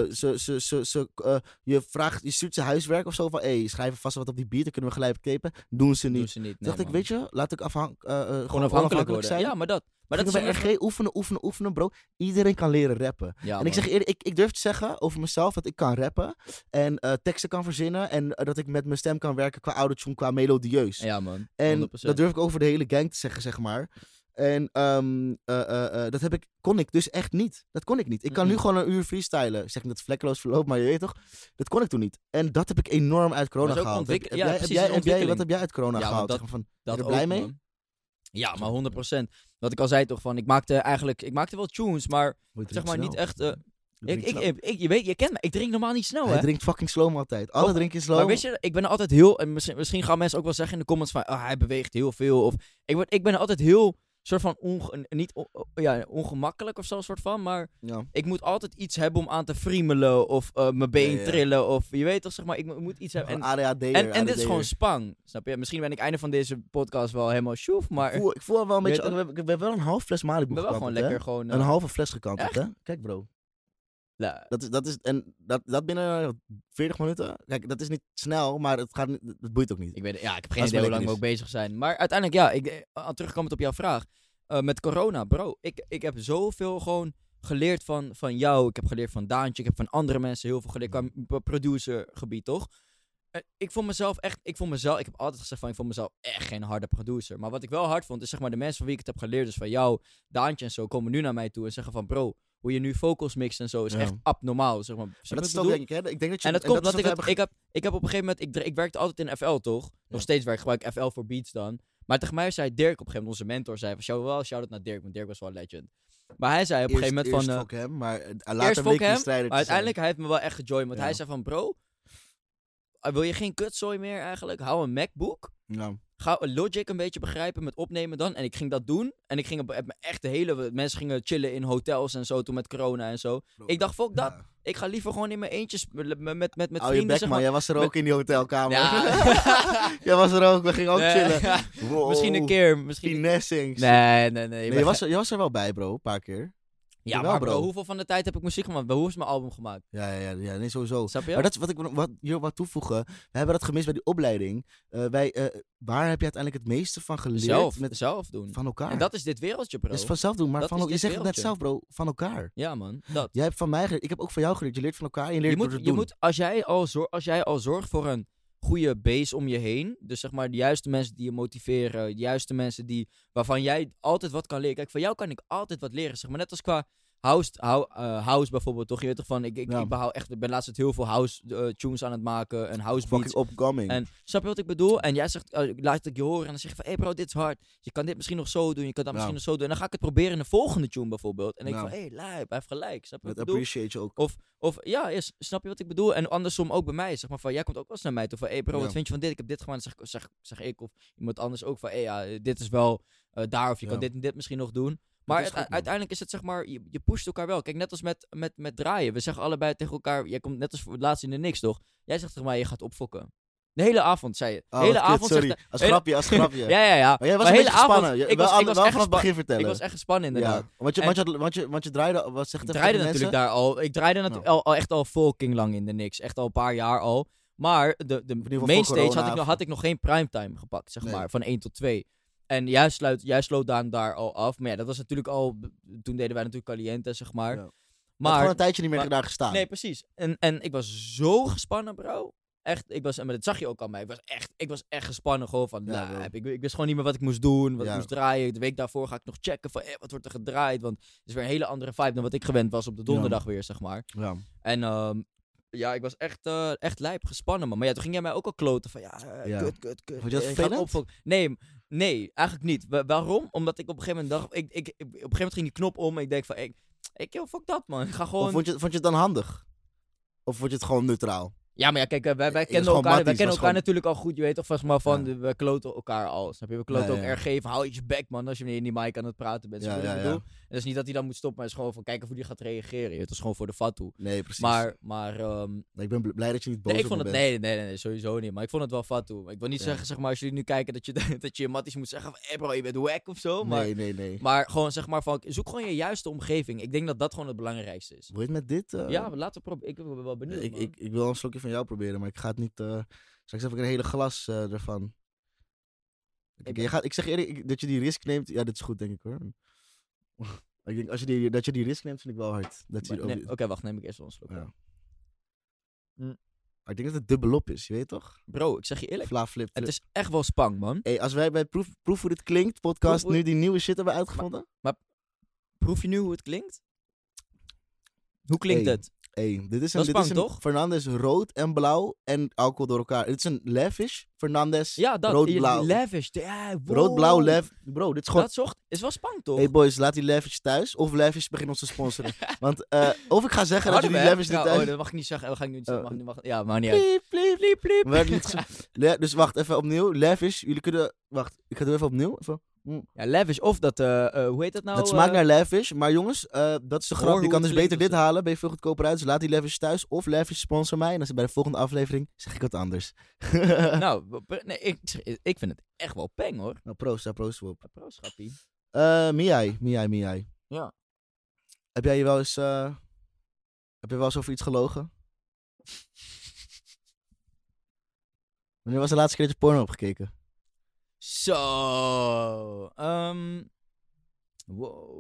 Je stuurt ze huiswerk of zo van, schrijf vast wat op die beat, dan kunnen we gelijk kepen. Doen ze niet. Nee, dacht ik, weet je, laat ik gewoon afhankelijk worden. zijn. Ja, maar dat is bij RG oefenen, bro. Iedereen kan leren rappen. Ja, en ik zeg eerlijk, ik durf te zeggen over mezelf dat ik kan rappen. En teksten kan verzinnen. En dat ik met mijn stem kan werken qua autotune, qua melodieus. Ja, man. 100%. En dat durf ik over de hele gang te zeggen, zeg maar. En kon ik dus echt niet. Dat kon ik niet. Ik kan nu gewoon een uur freestylen. Ik zeg niet dat het vlekkeloos verloopt, maar je weet toch. Dat kon ik toen niet. En dat heb ik enorm uit corona gehaald. Wat heb jij uit corona gehaald? Dat Ben je er blij mee? Ja, maar 100%. Wat ik al zei toch, van ik maakte wel tunes, maar zeg maar niet echt... je weet, je kent me, ik drink normaal niet snel, hè? Hij drinkt fucking slow altijd. Alle drinken slow. Maar weet je, ik ben er altijd heel... En misschien gaan mensen ook wel zeggen in de comments van... hij beweegt heel veel. Of ik ben er altijd heel... soort van ongemakkelijk of zo, soort van. Maar ik moet altijd iets hebben om aan te friemelen. Of mijn been trillen. Of je weet toch, zeg maar, ik moet iets hebben. En dit is gewoon spang. Snap je? Misschien ben ik einde van deze podcast wel helemaal sjoef, maar... Ik voel wel een beetje... We hebben wel een half fles Malibu gekanteld, wel gewoon lekker gewoon... een halve fles gekanteld, hè? Kijk, bro. Ja. Dat binnen 40 minuten. Kijk, dat is niet snel, maar het boeit ook niet. Ik heb geen idee hoe lang we ook bezig zijn. Maar uiteindelijk, terugkomend op jouw vraag. Met corona, bro. Ik heb zoveel gewoon geleerd van jou. Ik heb geleerd van Daantje. Ik heb van andere mensen heel veel geleerd qua producergebied, toch? Ik heb altijd gezegd van, ik vond mezelf echt geen harde producer. Maar wat ik wel hard vond, is zeg maar de mensen van wie ik het heb geleerd, dus van jou, Daantje en zo, komen nu naar mij toe en zeggen van, bro, hoe je nu vocals mixt en zo is echt abnormaal, zeg maar. Dat is toch, denk ik, hè? Ik denk dat je... En dat komt omdat ik heb op een gegeven moment, ik werkte altijd in FL, toch? Nog steeds gebruik ik FL voor beats dan. Maar tegen mij zei Dirk op een gegeven moment, onze mentor, zei van, shout-out naar Dirk, want Dirk was wel een legend. Maar hij zei op een gegeven moment van... Eerst fuck hem, maar later bleek die strijder. Maar uiteindelijk, hij heeft me wel echt gejoined, want hij zei van, bro, wil je geen kutzooi meer eigenlijk? Hou een MacBook. Ja. Ga Logic een beetje begrijpen met opnemen dan. En ik ging dat doen. En ik ging echt mensen gingen chillen in hotels en zo toen met corona en zo. Bro, ik dacht, fuck dat. Ik ga liever gewoon in mijn eentje met vrienden. Bek, zeg maar. Jij was er ook in die hotelkamer. Ja. Jij was er ook. We gingen ook chillen. Wow. Misschien een keer. Finessings. Nee. Je was er wel bij, bro. Een paar keer. Ja, maar bro, hoeveel van de tijd heb ik muziek gemaakt? Hoe is mijn album gemaakt? Ja, nee, sowieso. Snap je? Maar dat is wat ik wat toevoegen. We hebben dat gemist bij die opleiding. Waar heb je uiteindelijk het meeste van geleerd? Zelf doen. Van elkaar. En dat is dit wereldje, bro. Dat is vanzelf doen, maar je zegt het net zelf, bro. Van elkaar. Ja, man. Dat. Jij hebt van mij geleerd. Ik heb ook van jou geleerd. Je leert van elkaar en je leert door het doen. Als jij al zorgt voor een goede base om je heen. Dus zeg maar de juiste mensen die je motiveren. De juiste mensen waarvan jij altijd wat kan leren. Kijk, van jou kan ik altijd wat leren. Zeg maar net als qua house bijvoorbeeld, toch? Je weet toch van, ik ben laatst heel veel house tunes aan het maken en house beats. Fucking upcoming. En snap je wat ik bedoel? En jij zegt, laat ik je horen en dan zeg je van, hey bro, dit is hard. Je kan dit misschien nog zo doen, je kan dat misschien nog zo doen. En dan ga ik het proberen in de volgende tune bijvoorbeeld. En denk van, hey, lijp, hij heeft gelijk. Snap je wat ik bedoel? Appreciate je ook. Snap je wat ik bedoel? En andersom ook bij mij, zeg maar van, jij komt ook wel eens naar mij toe van, hey bro, wat vind je van dit? Ik heb dit gemaakt. Dan zeg ik of iemand anders ook van, hey, dit is wel daar of je kan dit en dit misschien nog doen. Maar uiteindelijk is het zeg maar, je pusht elkaar wel. Kijk, net als met draaien. We zeggen allebei tegen elkaar, jij komt net als voor het laatst in de niks, toch? Jij zegt tegen mij, je gaat opfokken. De hele avond, zei je. De hele avond. Sorry, als grapje. Ja. Maar jij was een beetje gespannen. Ik was vanaf het begin vertellen. Ik was echt gespannen, inderdaad. Ja, want je draaide, wat zegt het? Ik draaide natuurlijk daar al. Ik draaide natuurlijk echt al fucking lang in de niks. Echt al een paar jaar al. Maar de mainstage had ik nog geen primetime gepakt, zeg maar. Van 1 tot 2. En jij sloot daar al af. Maar ja, dat was natuurlijk al... Toen deden wij natuurlijk Caliente, zeg maar. Ja. Maar gewoon een tijdje niet meer daar gestaan. Nee, precies. En ik was zo gespannen, bro. Echt, maar dat zag je ook aan mij. Ik was echt gespannen gewoon van... ik wist gewoon niet meer wat ik moest doen. Wat ik moest draaien. De week daarvoor ga ik nog checken van... wat wordt er gedraaid? Want het is weer een hele andere vibe dan wat ik gewend was op de donderdag weer, zeg maar. Ja. En... ik was echt lijp gespannen, man. Maar ja, toen ging jij mij ook al kloten van kut. Vond je dat vervelend? Nee, eigenlijk niet. Waarom? Omdat ik op een gegeven moment dacht... Op een gegeven moment ging die knop om en ik denk van... fuck dat, man. Ik ga gewoon... Of vond je het dan handig? Of vond je het gewoon neutraal? Ja, maar ja, kijk, wij kennen elkaar natuurlijk al goed. Je weet toch vast maar van, we kloten elkaar al. Snap je? We kloten ook RG van, hou je bek, man, als je in die mic aan het praten bent. En dat is niet dat hij dan moet stoppen, maar het is gewoon van kijken hoe hij gaat reageren. Het is gewoon voor de fatu. Nee, precies. Maar ik ben blij dat je niet boos op me bent. Nee, sowieso niet. Maar ik vond het wel fatu. Ik wil niet zeggen, zeg maar, als jullie nu kijken dat je matties moet zeggen van, hey bro, je bent wack of zo. Maar, nee. Maar gewoon, zeg maar, van, zoek gewoon je juiste omgeving. Ik denk dat dat gewoon het belangrijkste is. Wil je het met dit? Ja, laten we proberen. Ik ben wel benieuwd. Ik wil een slokje van jou proberen, maar ik ga het niet... Straks heb ik een hele glas ervan. Ik zeg eerlijk, dat je die risk neemt... Ja, dit is goed, denk ik, hoor. Ik denk, dat je die risk neemt, vind ik wel hard. Oké, wacht, neem ik eerst wel een slok. Ja. Maar ik denk dat het dubbelop is, je weet toch? Bro, ik zeg je eerlijk. Flip. Het is echt wel spang, man. Hey, als wij bij Proef hoe het klinkt podcast nu die nieuwe shit hebben uitgevonden. Maar proef je nu hoe het klinkt? Hoe klinkt het? Dit is Dat is een Pang, toch? Fernandes rood en blauw en alcohol door elkaar. Dit is een Lavish Fernandes Ja, dat. rood-blauw. Lavish. Ja, wow. Rood-blauw Bro, dit is gewoon... Dat zocht, is wel Spang, toch? Hey boys, laat die Lavish thuis. Of Lavish begint ons te sponsoren. Want of ik ga zeggen dat Hadden jullie we, hè? Lavish niet thuis... Oh, dat mag ik niet zeggen. Dat ga ik nu niet zeggen. Ja, maar niet uit. Pliep, pliep. Pliep, pliep. Werd niet dus wacht, even opnieuw. Lavish, jullie kunnen... Wacht, ik ga het even opnieuw. Even. Ja, Lavish of dat, hoe heet dat nou? Het smaakt naar Lavish, maar jongens, dat is de grap. Hoor Je hoe kan het dus beter klinkt dit of zo. halen, ben je veel goedkoper uit. Dus laat die Lavish thuis of Lavish sponsor mij. En dan bij de volgende aflevering zeg ik wat anders. Nou, nee, ik vind het echt wel peng, hoor. Nou, proost, daar proost we op. Pro, schappie. Miai. Ja. Heb jij wel eens over iets gelogen? Wanneer was de laatste keer dat je porno hebt gekeken? Zo. Wow.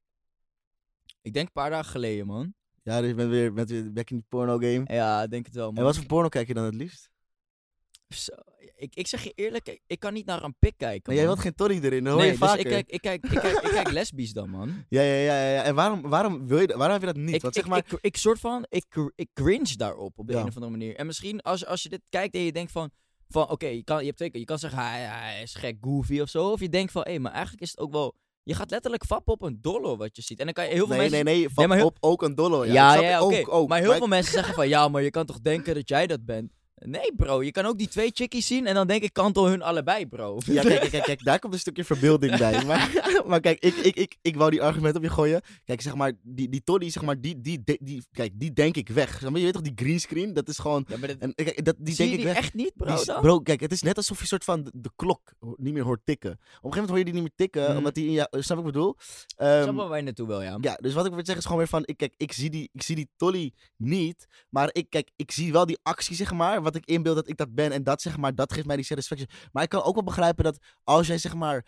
Ik denk een paar dagen geleden, man. Ja, dus je bent weer back in die porno game. Ja, ik denk het wel, man. En wat voor porno kijk je dan het liefst? Zo. Ik zeg je eerlijk, ik kan niet naar een pik kijken, Maar jij man. wilt geen toddy erin, dat hoor Nee, je dus vaker. ik kijk lesbisch dan, man. Ja. En waarom heb je dat niet? Want zeg maar... Ik soort van, ik cringe daarop op de Ja. een of andere manier. En misschien als je dit kijkt en je denkt van oké, je hebt twee keer, je kan zeggen hij is gek, goofy of zo. Of je denkt van, maar eigenlijk is het ook wel, je gaat letterlijk fappen op een dollar wat je ziet. En dan kan je heel veel mensen... Nee, maar heel- op ook een dollar. Ja, Snap je? oké. Ook. Maar heel veel mensen zeggen van, ja, maar je kan toch denken dat jij dat bent? Nee, bro. Je kan ook die twee chickies zien en dan denk ik, kantel hun allebei, bro. Ja, kijk, daar komt een stukje verbeelding bij. Maar kijk, ik wou die argument op je gooien. Kijk, zeg maar, die Toddy, zeg maar, die denk ik weg. Zeg maar, je weet toch, die greenscreen, dat is gewoon... Ja, maar dat, En, kijk, die zie denk je ik die weg. echt niet, bro, dan? Bro, kijk, het is net alsof je soort van de klok niet meer hoort tikken. Op een gegeven moment hoor je die niet meer tikken, omdat die in jou... Snap wat ik bedoel? Snap wel waar je naartoe wil, ja. Ja, dus wat ik wil zeggen is gewoon weer van... Ik zie die Tolly niet, maar ik zie wel die actie, zeg maar, wat ik inbeeld dat ik dat ben. En dat, zeg maar, dat geeft mij die satisfaction. Maar ik kan ook wel begrijpen dat als jij, zeg maar,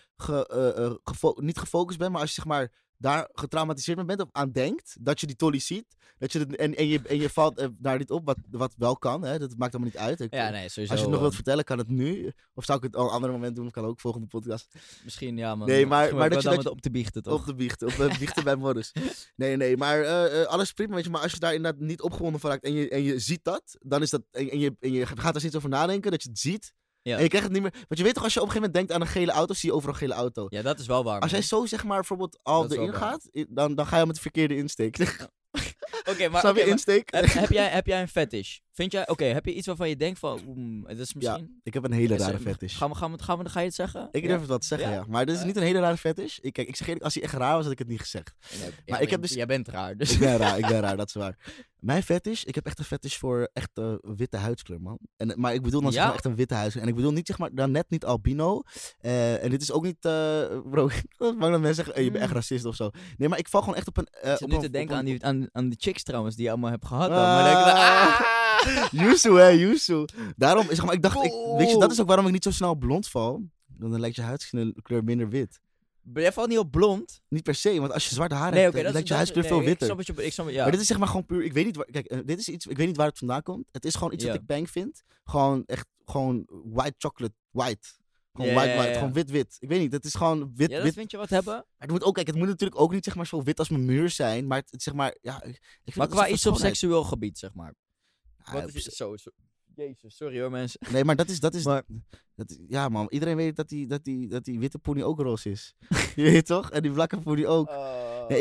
niet gefocust bent, maar als je, zeg maar, daar getraumatiseerd mee bent of aan denkt, dat je die Tolly ziet, dat je en je valt daar niet op, wat wel kan, hè, dat maakt allemaal niet uit. Ja, nee, sowieso. Als je het nog wilt vertellen, kan het nu. Of zou ik het op een ander moment doen, kan ook volgende podcast. Misschien, ja, man. Nee, maar Misschien dat je- dan op te biechten, toch? Op de biechten bij Morris. Nee, maar alles prima, weet je. Maar als je daar inderdaad niet opgewonden van raakt en je ziet dat, dan is dat, en je gaat er steeds over nadenken, dat je het ziet. Ja. En je krijgt het niet meer. Want je weet toch, als je op een gegeven moment denkt aan een gele auto, zie je overal een gele auto. Ja, dat is wel waar, Als jij man. zo, zeg maar, bijvoorbeeld al Dat is wel erin waar. gaat, dan ga je met de verkeerde insteek. Oké, maar... Snap je oké, maar insteek? heb jij een fetish? Vind jij... Oké, heb je iets waarvan je denkt van... dat is misschien... Ik heb een hele Oké, rare zo, fetish. Ga je het zeggen? Ik durf het wel te zeggen, ja. Maar dit is niet een hele rare fetish. Kijk, ik zeg eerlijk, als hij echt raar was, had ik het niet gezegd. Maar ik heb dus... Jij bent raar, dus... Ik ben raar, dat is waar. Mijn fetish, ik heb echt een fetish voor echt witte huidskleur, man. Maar ik bedoel dan zeg Ja? maar echt een witte huidskleur. En ik bedoel niet, zeg maar, dan net niet albino. En dit is ook niet, bro, ik ben bang dat mensen zeggen, je bent echt racist of zo. Nee, maar ik val gewoon echt op een... Ik zit nu te denken aan die chicks trouwens, die je allemaal hebt gehad. Dan. Ah. Maar dan denk ik, Yusu. Daarom, zeg maar, ik dacht, weet je, dat is ook waarom ik niet zo snel blond val. Dan lijkt je huidskleur minder wit. jij valt niet op blond. Niet per se, want als je zwarte haar Nee, hebt, oké, dan dat lijkt je is... huidskleur veel witter. Ik snap ja. Maar dit is zeg maar gewoon puur, ik weet niet waar, kijk, dit is iets, ik weet niet waar het vandaan komt. Het is gewoon iets Ja. wat ik bang vind. Gewoon echt, gewoon white chocolate, white. Gewoon Ja, white, ja, ja. gewoon wit. Ik weet niet, het is gewoon wit, Ja, dat wit. vind je wat hebben? Maar het moet ook, kijk, het moet natuurlijk ook niet zeg maar zo wit als mijn muur zijn. Maar het zeg maar, ja, ik vind Maar het qua een iets op schoonheid. seksueel gebied, zeg maar. Ja, Wat is zo... Jezus, sorry hoor mensen. Nee, maar dat is Maar- ja man, iedereen weet dat die witte pony ook roze is. Je weet toch? En die blakke pony ook. Nee,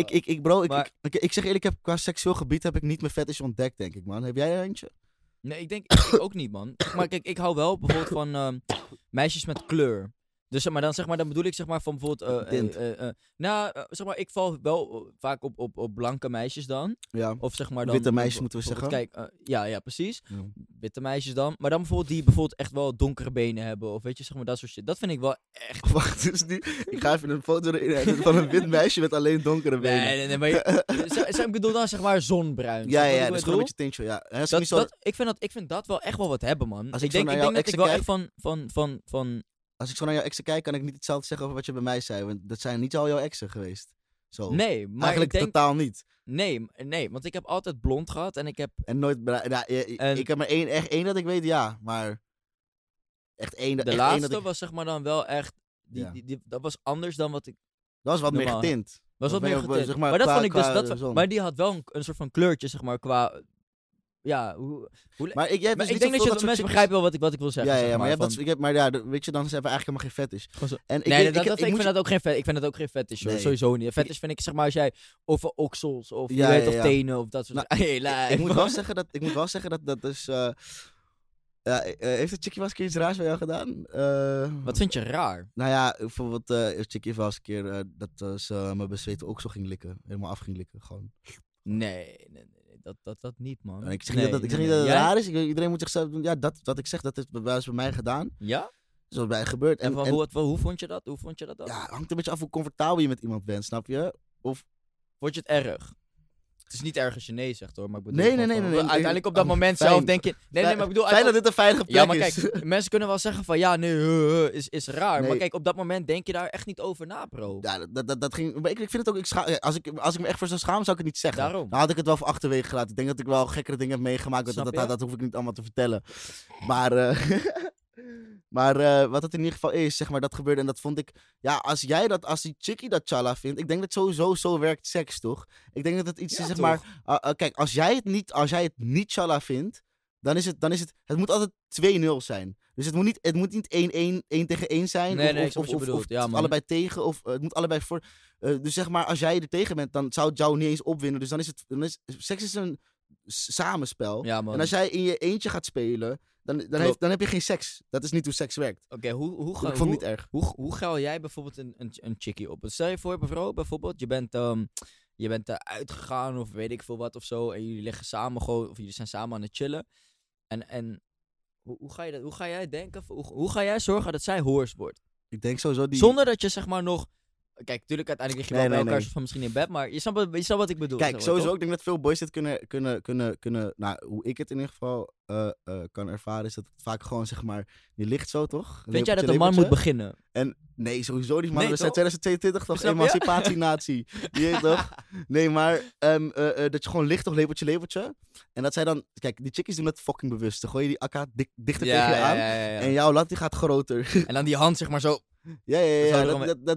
ik zeg eerlijk, qua seksueel gebied heb ik niet mijn fetish ontdekt, denk ik, man. Heb jij er eentje? Nee, ik ook niet, man. Maar kijk, ik hou wel bijvoorbeeld van meisjes met kleur. Dus dan bedoel ik zeg maar van bijvoorbeeld... Tint. zeg maar, ik val wel vaak op blanke meisjes dan. Ja. Of zeg maar dan... Witte meisjes moeten we bijvoorbeeld, zeggen. Kijk, ja, precies. Ja. Witte meisjes dan. Maar dan bijvoorbeeld die bijvoorbeeld echt wel donkere benen hebben. Of weet je, zeg maar dat soort shit. Dat vind ik wel echt... Wacht, dus ik ga even een foto erin van een wit meisje met alleen donkere benen. Nee, maar ik bedoel dan zeg maar zonbruin. Ja, Zeg maar ja, wat dat is ik gewoon een bedoel? beetje tintje, ja. En als ik niet zo- Ik vind dat wel echt wel wat hebben, man. Als Ik ik zo denk, naar ik jouw denk dat ik exen wel kijk- echt van... Als ik zo naar jouw exen kijk, kan ik niet hetzelfde zeggen over wat je bij mij zei. Want dat zijn niet al jouw exen geweest. Zo. Nee, maar Eigenlijk ik denk... totaal niet. Nee, want ik heb altijd blond gehad en ik heb... En nooit... En- Ik heb maar echt één dat ik weet, ja. Maar... Echt één dat De echt één laatste dat ik... was zeg maar dan wel echt... Ja. Dat was anders dan wat ik... Dat was wat normaal. meer getint. Was wat Of meer ben je- getint. zeg maar dat qua- vond ik dus... qua Dat, zon. maar die had wel een soort van kleurtje, zeg maar, qua Ja, hoe Maar ik, jij hebt maar dus ik niet denk dat zoveel mensen soort begrijpen wel wat ik wil zeggen. Ja, zeg maar je hebt van- dat, weet je, dan is het eigenlijk helemaal geen fetish. gewoon zo- En ik Nee, weet- ik moet vind je- dat ook geen fetish. Ik vind dat ook geen fetish, hoor. Nee. Sowieso niet. Een fetish vind ik, zeg maar, als jij over oksels of je Ja, weet ja, of ja. tenen of dat soort Nou, dingen. Hey, lijf. ik moet wel zeggen dat dat is... heeft het chickie wel eens een keer iets raars bij jou gedaan? Wat vind je raar? Nou ja, bijvoorbeeld, een chickie heeft wel eens een keer dat ze mijn bezweten oksel ging likken. Helemaal af ging likken, gewoon. Nee, dat niet, man. En ik zeg Nee, niet dat, ik zeg nee, niet dat het nee. raar is. Iedereen moet zichzelf doen. Ja, dat ik zeg, dat is wel eens bij mij gedaan. Ja? Dat is wat bij mij gebeurd. En, hoe vond je dat? Hoe vond je dat dan? ja, het hangt een beetje af hoe comfortabel je met iemand bent, snap je? Vond je het erg? Het is niet erg als je nee zegt, hoor. Maar ik bedoel Nee, gewoon nee, van- nee, nee. Uiteindelijk op dat moment Fijn. zelf denk je... Nee, maar ik bedoel... Fijn dat dit een veilige plek Ja, maar is. kijk, mensen kunnen wel zeggen van ja, nee, is raar. Nee. Maar kijk, op dat moment denk je daar echt niet over na, bro. Ja, dat ging... Maar ik vind het ook... Als ik me echt voor zou schamen, zou ik het niet zeggen. Daarom. Dan had ik het wel voor achterwege gelaten. Ik denk dat ik wel gekkere dingen heb meegemaakt. Snap je? Dat hoef ik niet allemaal te vertellen. Maar... wat het in ieder geval is, zeg maar, dat gebeurde. En dat vond ik... Ja, als die chickie dat chala vindt... Ik denk dat sowieso zo werkt seks, toch? Ik denk dat het iets Ja, is, zeg toch? maar... kijk, als jij het niet chala vindt... Dan is het... Het moet altijd 2-0 zijn. Dus het moet niet 1 tegen 1 zijn. Nee, of, nee, ik of, snap wat je of, bedoelt. of Ja, man. allebei tegen. Of het moet allebei voor... dus zeg maar, als jij er tegen bent, dan zou het jou niet eens opwinnen. Dus seks is een samenspel. Ja, man. En als jij in je eentje gaat spelen, dan heb je geen seks. Dat is niet hoe seks werkt. Oké, hoe Ik vond het niet erg. Hoe ga jij bijvoorbeeld een chickie op? Stel je voor, mevrouw, bijvoorbeeld, je bent uitgegaan of weet ik veel wat of zo. En jullie liggen samen gewoon, of jullie zijn samen aan het chillen. En hoe ga jij denken? Hoe ga jij zorgen dat zij hoors wordt? Ik denk sowieso die... Zonder dat je zeg maar nog... Kijk, natuurlijk uiteindelijk lig je wel bij Nee, elkaar nee. soort van misschien in bed, maar je snapt wat ik bedoel. Kijk, zeg maar, sowieso, toch? ik denk dat veel boys dit kunnen... Nou, hoe ik het in ieder geval kan ervaren, is dat het vaak gewoon, zeg maar... Je ligt zo, toch? Vind jij dat een man moet beginnen? En nee, sowieso niet, man. Nee, We zijn toch? 2022 toch? Snap je? Emancipatienatie. Je weet toch? Nee, maar dat je gewoon ligt, toch? Lepeltje. En dat zij dan... Kijk, die chickies doen dat fucking bewust. Dan gooi je die akka dichter tegen je aan. ja. En jouw lat die gaat groter. En dan die hand zeg maar zo... Ja. Zo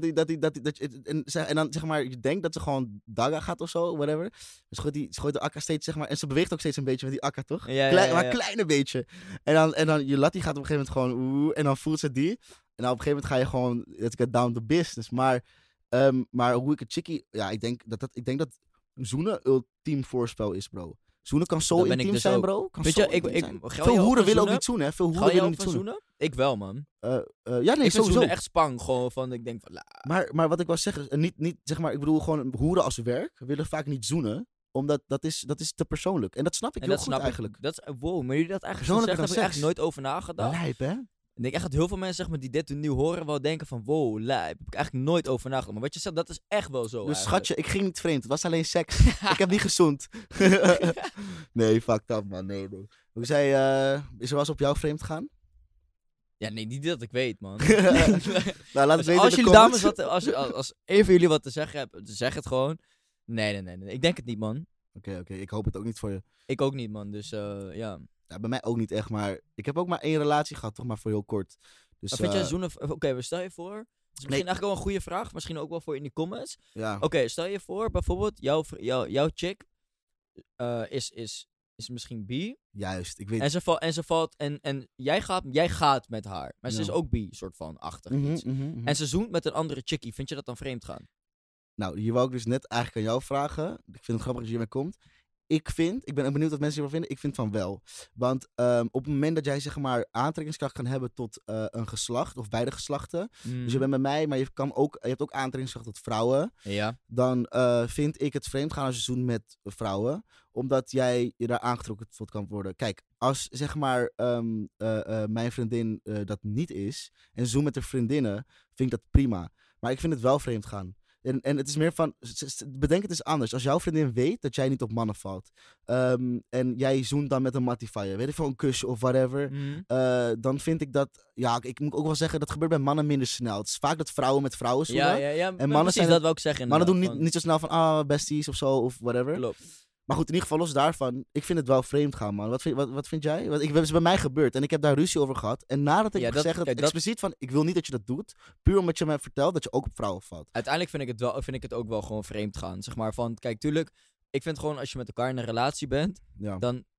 En dan zeg maar, je denkt dat ze gewoon daga gaat of zo, whatever. Dus ze gooit de akka steeds, zeg maar. En ze beweegt ook steeds een beetje met die akka, toch? Ja. Maar een kleine beetje. En dan je lat die gaat op een gegeven moment gewoon... en dan voelt ze die. En dan op een gegeven moment ga je gewoon... Let's get down to business. Maar hoe ik het chickie... Ja, ik denk dat zoenen ultiem voorspel is, bro. Zoenen kan zo Dat ben ik intiem dus zijn, ook. bro. Kan Weet zo je, intiem zijn. ga Veel je ook hoeren van willen ook zoenen? niet zoenen, hè. Veel Ga hoeren je willen ook niet van zoenen. zoenen? Ik wel, man. Ja, nee, Ik vind sowieso. zoenen echt spang. Gewoon van, ik denk van... Maar wat ik wil zeggen, is, niet zeg maar, ik bedoel gewoon hoeren als werk willen vaak niet zoenen, omdat dat is te persoonlijk. En dat snap ik En heel dat goed snap eigenlijk. ik. Dat is, wow, maar jullie dat eigenlijk zo Persoonlijker zeggen, heb dan ik echt seks. nooit over nagedacht. Lijp, hè? Ik denk echt dat heel veel mensen zeg maar, die dit nu horen wel denken van... Wow, lijp. Heb ik eigenlijk nooit over nagedacht. Maar wat je zegt, dat is echt wel zo Dus eigenlijk. schatje, ik ging niet vreemd. Het was alleen seks. Ik heb niet gezoend. Nee, fuck dat, man. Nee, bro. Hoe zei, is er wel eens op jou vreemd gegaan? Ja, nee, niet dat ik weet, man. Nou, laat het Dus weten als in de jullie comments. dames, als een van jullie wat te zeggen hebben, zeg het gewoon. Nee. Ik denk het niet, man. Oké, ik hoop het ook niet voor je. Ik ook niet, man. Dus ja. Ja, bij mij ook niet echt, maar ik heb ook maar 1 relatie gehad, toch maar voor heel kort. Dus, Maar vind jij zoenen... Oké, stel je voor... Dat is misschien eigenlijk wel een goede vraag. Misschien ook wel voor in die comments. Ja. Oké, stel je voor, bijvoorbeeld, jouw chick is misschien bi. Juist, ik weet En ze valt... En jij gaat met haar. Maar ze Ja. is ook bi, soort van, achtig iets. En ze zoent met een andere chickie. Vind je dat dan vreemd gaan? Nou, hier wou ik dus net eigenlijk aan jou vragen. Ik vind het grappig dat je hiermee komt. Ik ben ook benieuwd wat mensen hiervan vinden. Ik vind van wel. Want op het moment dat jij zeg maar aantrekkingskracht kan hebben tot een geslacht of beide geslachten. Dus je bent bij mij, maar je hebt ook aantrekkingskracht tot vrouwen. Ja. Dan vind ik het vreemd gaan als je zoent met vrouwen. Omdat jij je daar aangetrokken tot kan worden. Kijk, als zeg maar mijn vriendin dat niet is. En zoen met haar vriendinnen, vind ik dat prima. Maar ik vind het wel vreemd gaan. En het is meer van, bedenk het eens anders. Als jouw vriendin weet dat jij niet op mannen valt. En jij zoent dan met een mattifier, weet ik veel, een kusje of whatever. Dan vind ik dat, ja, ik moet ook wel zeggen, dat gebeurt bij mannen minder snel. Het is vaak dat vrouwen met vrouwen zoenen. Ja. mannen Precies, zijn dat wil ik zeggen. Mannen doen inderdaad, niet zo snel van, besties of zo, of whatever. Klopt. Maar goed, in ieder geval los daarvan, ik vind het wel vreemd gaan, man. Wat vind jij? Want het is bij mij gebeurd en ik heb daar ruzie over gehad. En nadat ik Ja, heb dat- gezegd, kijk, expliciet van, ik wil niet dat je dat doet. Puur omdat je me vertelt dat je ook op vrouwen valt. Uiteindelijk vind ik het ook wel gewoon vreemd gaan. Zeg maar van, kijk, tuurlijk, ik vind gewoon als je met elkaar in een relatie bent, Ja. dan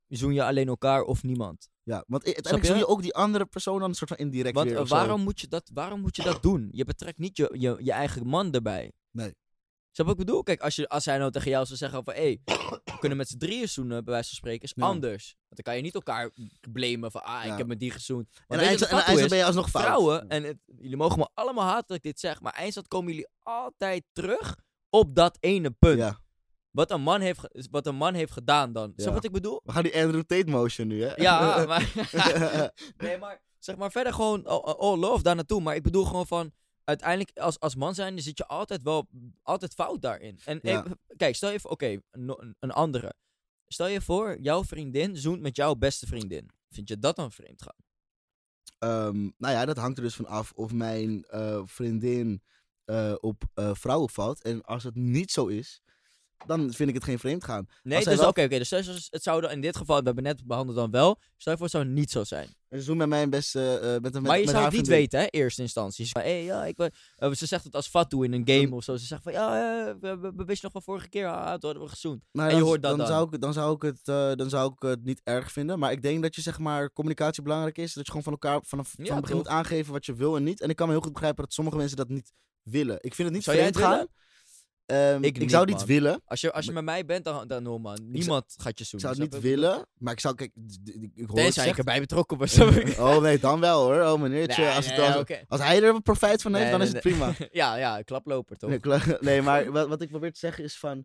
zoen je alleen elkaar of niemand. Ja, want uiteindelijk zoen je ook die andere persoon dan een soort van indirect Want weer. waarom moet je dat doen? Je betrekt niet je eigen man erbij. Nee. Snap wat ik bedoel? Kijk, als hij nou tegen jou zou zeggen van... we kunnen met z'n drieën zoenen, bij wijze van spreken, is anders. Want dan kan je niet elkaar blamen van... ik heb met die gezoend. En eindstand ben je alsnog fout. Vrouwen, en jullie mogen me allemaal haten dat ik dit zeg... maar eindstand komen jullie altijd terug op dat ene punt. Ja. Wat een man heeft gedaan dan. Snap wat ik bedoel? We gaan die Andrew Tate motion nu, hè? Ja, maar... nee, maar zeg maar verder gewoon all love daar naartoe. Maar ik bedoel gewoon van... Uiteindelijk, als man zijnde zit je altijd fout daarin. En kijk, stel je voor... Oké, een andere. Stel je voor, jouw vriendin zoent met jouw beste vriendin. Vind je dat dan vreemd gaan? Nou ja, dat hangt er dus van af of mijn vriendin op vrouwen valt. En als het niet zo is, dan vind ik het geen vreemd gaan. Nee, dus oké. Dus het zou in dit geval, we hebben net behandeld dan wel. Stel je voor, het zou niet zo zijn. En ze zoent met mijn beste... maar je zou het niet weten, hè, eerste instantie. Ze zegt het als Fatou in een game of zo. Ze zegt van, we wisten nog van vorige keer, toen hadden we gezoend. Nou, en je hoort dat dan zou ik het niet erg vinden. Maar ik denk dat je, zeg maar, communicatie belangrijk is. Dat je gewoon van elkaar van het begin moet aangeven wat je wil en niet. En ik kan me heel goed begrijpen dat sommige mensen dat niet willen. Ik vind het niet vreemd gaan. Ik zou het niet willen. Als je met mij bent, dan hoor man. Niemand gaat je zoenen. Ik zou het niet willen, maar ik zou... Kijk, ik hoor tenzij ik erbij betrokken was. Oh nee, dan wel hoor. Oh meneertje. Als hij er profijt van heeft, dan is het prima. Ja, klaploper toch? Nee, maar wat ik probeer te zeggen is van...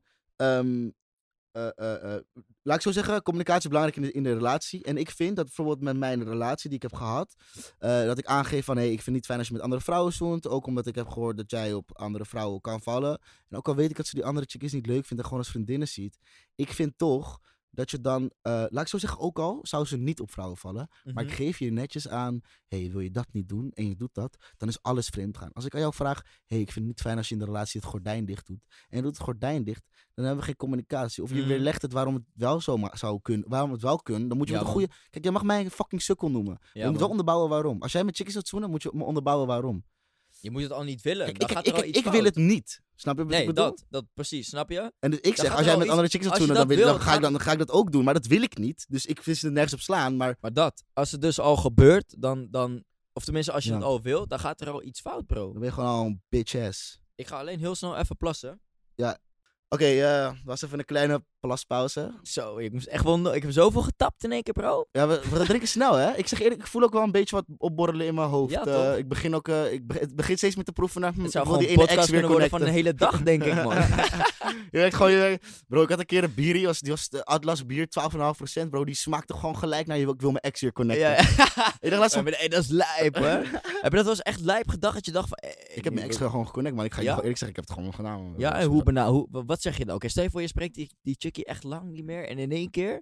laat ik zo zeggen, communicatie is belangrijk in de relatie. En ik vind dat bijvoorbeeld met mijn relatie die ik heb gehad, dat ik aangeef van, ik vind het niet fijn als je met andere vrouwen zoent. Ook omdat ik heb gehoord dat jij op andere vrouwen kan vallen. En ook al weet ik dat ze die andere chickies niet leuk vindt en gewoon als vriendinnen ziet. Ik vind toch dat je dan, laat ik zo zeggen, ook al zou ze niet op vrouwen vallen. Maar ik geef je netjes aan, wil je dat niet doen en je doet dat, dan is alles vreemd gaan. Als ik aan jou vraag, ik vind het niet fijn als je in de relatie het gordijn dicht doet. En je doet het gordijn dicht, dan hebben we geen communicatie. Of je weerlegt het waarom het wel zou kunnen. Waarom het wel kunnen, dan moet je met een goede... Kijk, jij mag mij een fucking sukkel noemen. Je moet wel onderbouwen waarom. Als jij met chickies wilt zoenen, moet je me onderbouwen waarom. Je moet het al niet willen. Ik wil het niet. Snap je wat ik bedoel? dat precies, snap je? En dus ik zeg, als jij met andere chicks wilt zoenen, dan ga ik dat ook doen. Maar dat wil ik niet. Dus ik vind ze er nergens op slaan. Maar als het dus al gebeurt, dan of tenminste als je het al wilt, dan gaat er al iets fout, bro. Dan ben je gewoon al een bitch ass. Ik ga alleen heel snel even plassen. Ja. Oké, was even een kleine plaspauze. Zo, ik heb zoveel getapt in één keer, bro. Ja, we drinken snel, hè? Ik zeg eerlijk, ik voel ook wel een beetje wat opborrelen in mijn hoofd. Ja, ik begin ook, het begint steeds meer te proeven naar... Het zou gewoon een podcast kunnen worden van een hele dag, denk ik, man. Bro, ik had een keer een bier, die was de Atlas bier, 12,5%, bro. Die smaakte gewoon gelijk naar, ik wil mijn ex weer connecten. Ja. Ik dacht, dat is lijp, hè? Heb je dat wel eens echt lijp gedacht, dat je dacht van... ik heb mijn ex gewoon geconnect, maar ik ga je eerlijk zeggen, ik heb het gewoon gedaan. Ja, en wat zeg je dan? Oké, stel je voor, je spreekt die chickie echt lang niet meer en in één keer...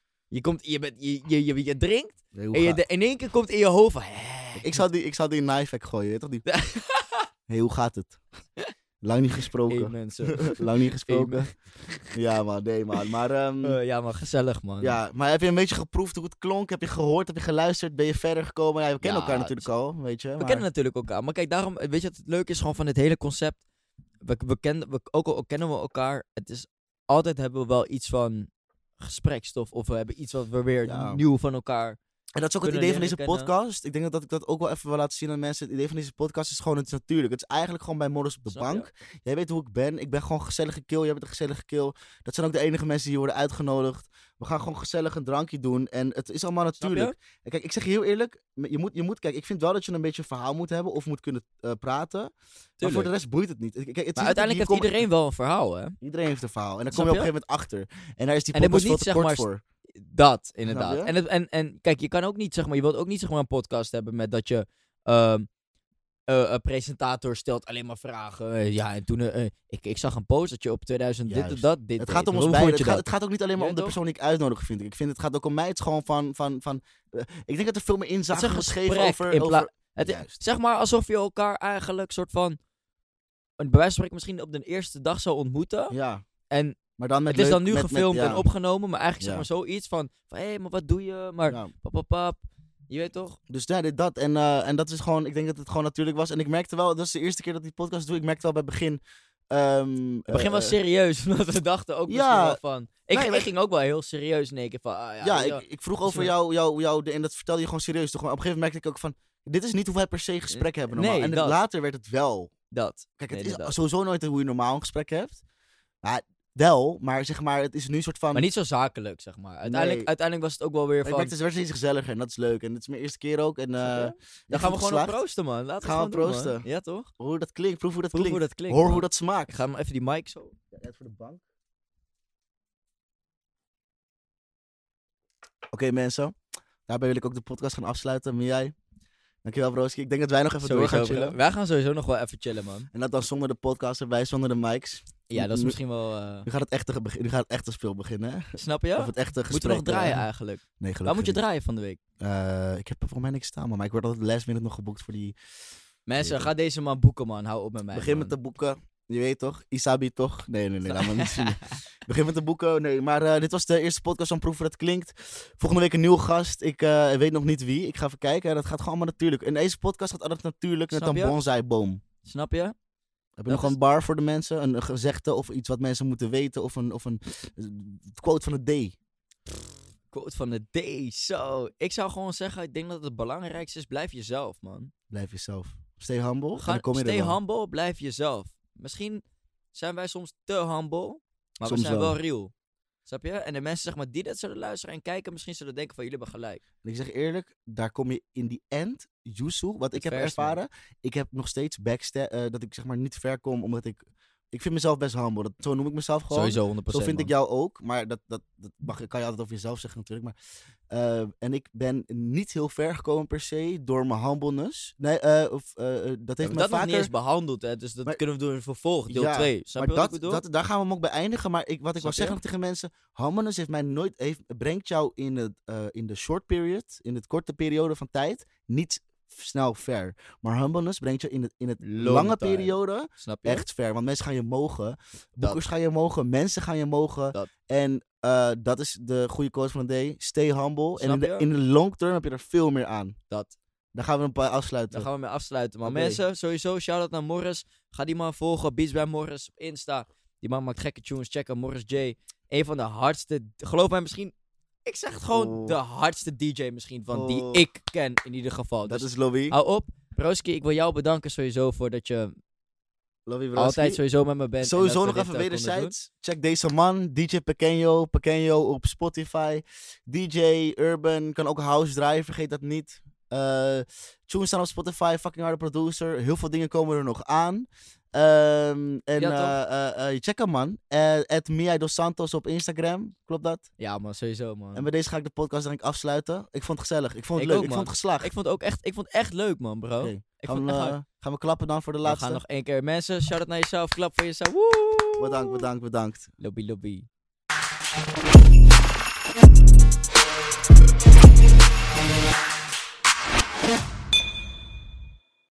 Je drinkt en in één keer komt in je hoofd van... Ik zou die knife gooien, weet toch niet? Hoe gaat het? Lang niet gesproken. Mensen. Lang niet gesproken. Ja man, nee man. Maar, ja man, gezellig man. Ja, maar heb je een beetje geproefd hoe het klonk? Heb je gehoord? Heb je geluisterd? Ben je verder gekomen? Ja, we kennen elkaar natuurlijk al, weet je. We kennen natuurlijk elkaar. Maar kijk, daarom, weet je wat het leuke is gewoon van dit hele concept? Ook al kennen we elkaar, het is altijd hebben we wel iets van gesprekstof. Of we hebben iets wat we weer nieuw van elkaar. En dat is ook het idee van deze podcast. Ik denk dat ik dat ook wel even wil laten zien aan mensen. Het idee van deze podcast is gewoon, het is natuurlijk. Het is eigenlijk gewoon bij Morris op de bank. Jij weet hoe ik ben. Ik ben gewoon een gezellige kill. Jij bent een gezellige kill. Dat zijn ook de enige mensen die worden uitgenodigd. We gaan gewoon gezellig een drankje doen. En het is allemaal natuurlijk. En kijk, ik zeg je heel eerlijk. Kijk, ik vind wel dat je een beetje een verhaal moet hebben. Of moet kunnen praten. Tuurlijk. Maar voor de rest boeit het niet. Maar uiteindelijk heeft iedereen wel een verhaal, hè? Iedereen heeft een verhaal. En dan kom je op een gegeven moment achter. En daar is die podcast veel te kort voor. Dat, inderdaad. En kijk, je kan ook niet, zeg maar, je wilt ook niet, zeg maar, een podcast hebben met dat je een presentator stelt alleen maar vragen. Ja, en toen, ik zag een post dat je op 2000 dit en dat, dit. Het gaat om ons beiden. Het gaat ook niet alleen maar om de persoon die ik uitnodig, vind ik. Ik vind het gaat ook om mij. Het is gewoon van ik denk dat er veel meer inzage wordt gegeven over zeg maar alsof je elkaar eigenlijk soort van, bij wijze van spreken misschien op de eerste dag zou ontmoeten. Ja. En maar dan met het is dan nu gefilmd en opgenomen, maar eigenlijk zeg maar zoiets van hé, maar wat doe je? Maar pap, je weet toch? Dus dat en dat is gewoon, ik denk dat het gewoon natuurlijk was. En ik merkte wel, dat is de eerste keer dat die podcast doe, ik merkte wel bij het begin, Het begin was serieus, omdat we dachten ook misschien wel van... Ik ging ook wel heel serieus in één keer van... ik vroeg over jou en dat vertelde je gewoon serieus. Toch? Maar op een gegeven moment merkte ik ook van... Dit is niet hoe wij per se gesprekken hebben normaal. Nee, en later werd het wel. Dat. Kijk, het is sowieso nooit hoe je normaal een gesprek hebt. Wel, maar zeg maar, het is nu een soort van... Maar niet zo zakelijk, zeg maar. Uiteindelijk was het ook wel weer van... Het werd iets gezelliger en dat is leuk. En het is mijn eerste keer ook. En, dan gaan we gewoon op proosten, man. Laten we proosten. Ja, toch? Hoe dat klinkt. Proef hoe dat klinkt. Hoor man. Hoe dat smaakt. Ik ga hem even die mic zo... Uit voor de bank. Oké, mensen. Daarbij wil ik ook de podcast gaan afsluiten. Maar jij? Dankjewel, broski. Ik denk dat wij nog even door gaan chillen. Wij gaan sowieso nog wel even chillen, man. En dat dan zonder de podcast en wij zonder de mics. Ja, dat is misschien wel... Nu gaat het echte speel beginnen, hè? Snap je? Of het echte gesprek. Moeten we nog draaien eigenlijk? Nee, gelukkig Waar moet je draaien van de week? Ik heb er volgens mij niks staan, man. Maar ik word altijd last minute nog geboekt voor die... Mensen, ga deze man boeken, man. Hou op met mij, Begin met de boeken. Je weet toch? Isabi toch? Nee, laat me niet zien. Begin met de boeken. Nee, maar dit was de eerste podcast van Proef hoe het klinkt. Volgende week een nieuwe gast. Ik weet nog niet wie. Ik ga even kijken. Dat gaat gewoon allemaal natuurlijk. In deze podcast gaat alles natuurlijk net een bonsaiboom. Snap je? Heb je nog een bar voor de mensen? Een gezegde of iets wat mensen moeten weten? Of een quote van de day? Quote van de day. Zo. Ik zou gewoon zeggen, ik denk dat het belangrijkste is, blijf jezelf, man. Blijf jezelf. Stay humble. Stay humble, blijf jezelf. Misschien zijn wij soms te humble, maar soms we zijn wel real. Snap je? En de mensen zeg maar, die dat zullen luisteren en kijken, misschien zullen denken van jullie hebben gelijk. En ik zeg eerlijk, daar kom je in die end, Yusu, wat ik heb ervaren. Ik heb nog steeds dat ik zeg maar niet ver kom, omdat ik vind mezelf best humble. Zo noem ik mezelf gewoon. Sowieso 100%. Zo vind ik jou ook. Maar dat kan je altijd over jezelf zeggen natuurlijk. Maar, en ik ben niet heel ver gekomen per se door mijn humbleness. Nee, dat heeft me vaker... nog niet eens behandeld, hè. Dus dat kunnen we doen in vervolg, deel 2. Snap je wat ik bedoel? Daar gaan we hem ook bij eindigen. Maar wat ik wil zeggen tegen mensen... Humbleness heeft mij brengt jou in de short period, in het korte periode van tijd, niet snel ver. Maar humbleness brengt je in het lange periode echt ver. Want mensen gaan je mogen. Boekers gaan je mogen. Mensen gaan je mogen. En dat is de goede quote van de day. Stay humble. En in de long term heb je er veel meer aan. Daar gaan we een paar afsluiten. Daar gaan we mee afsluiten. Maar mensen, sowieso shout-out naar Morris. Ga die man volgen. Beats bij Morris op Insta. Die man maakt gekke tunes. Check hem. Morris J. Een van de hardste... Geloof mij misschien... Ik zeg het gewoon, de hardste DJ misschien van die ik ken in ieder geval. Dat is Lobby. Hou op. Broski, ik wil jou bedanken sowieso voor dat je altijd sowieso met me bent. Sowieso nog even wederzijds. Check deze man, DJ Pequeño op Spotify. DJ Urban, kan ook house draaien, vergeet dat niet. Tunes staan op Spotify, fucking harde producer. Heel veel dingen komen er nog aan. Check hem, man. @Mia Dos Santos op Instagram. Klopt dat? Ja, man, sowieso, man. En bij deze ga ik de podcast denk ik afsluiten. Ik vond het gezellig. Ik vond het leuk. Ik vond het geslaagd. Ik vond het echt leuk, man, bro. Okay. Gaan we klappen dan voor de laatste? We gaan nog één keer. Mensen, shout-out naar jezelf. Klap voor jezelf. Woe! Bedankt. Lobby.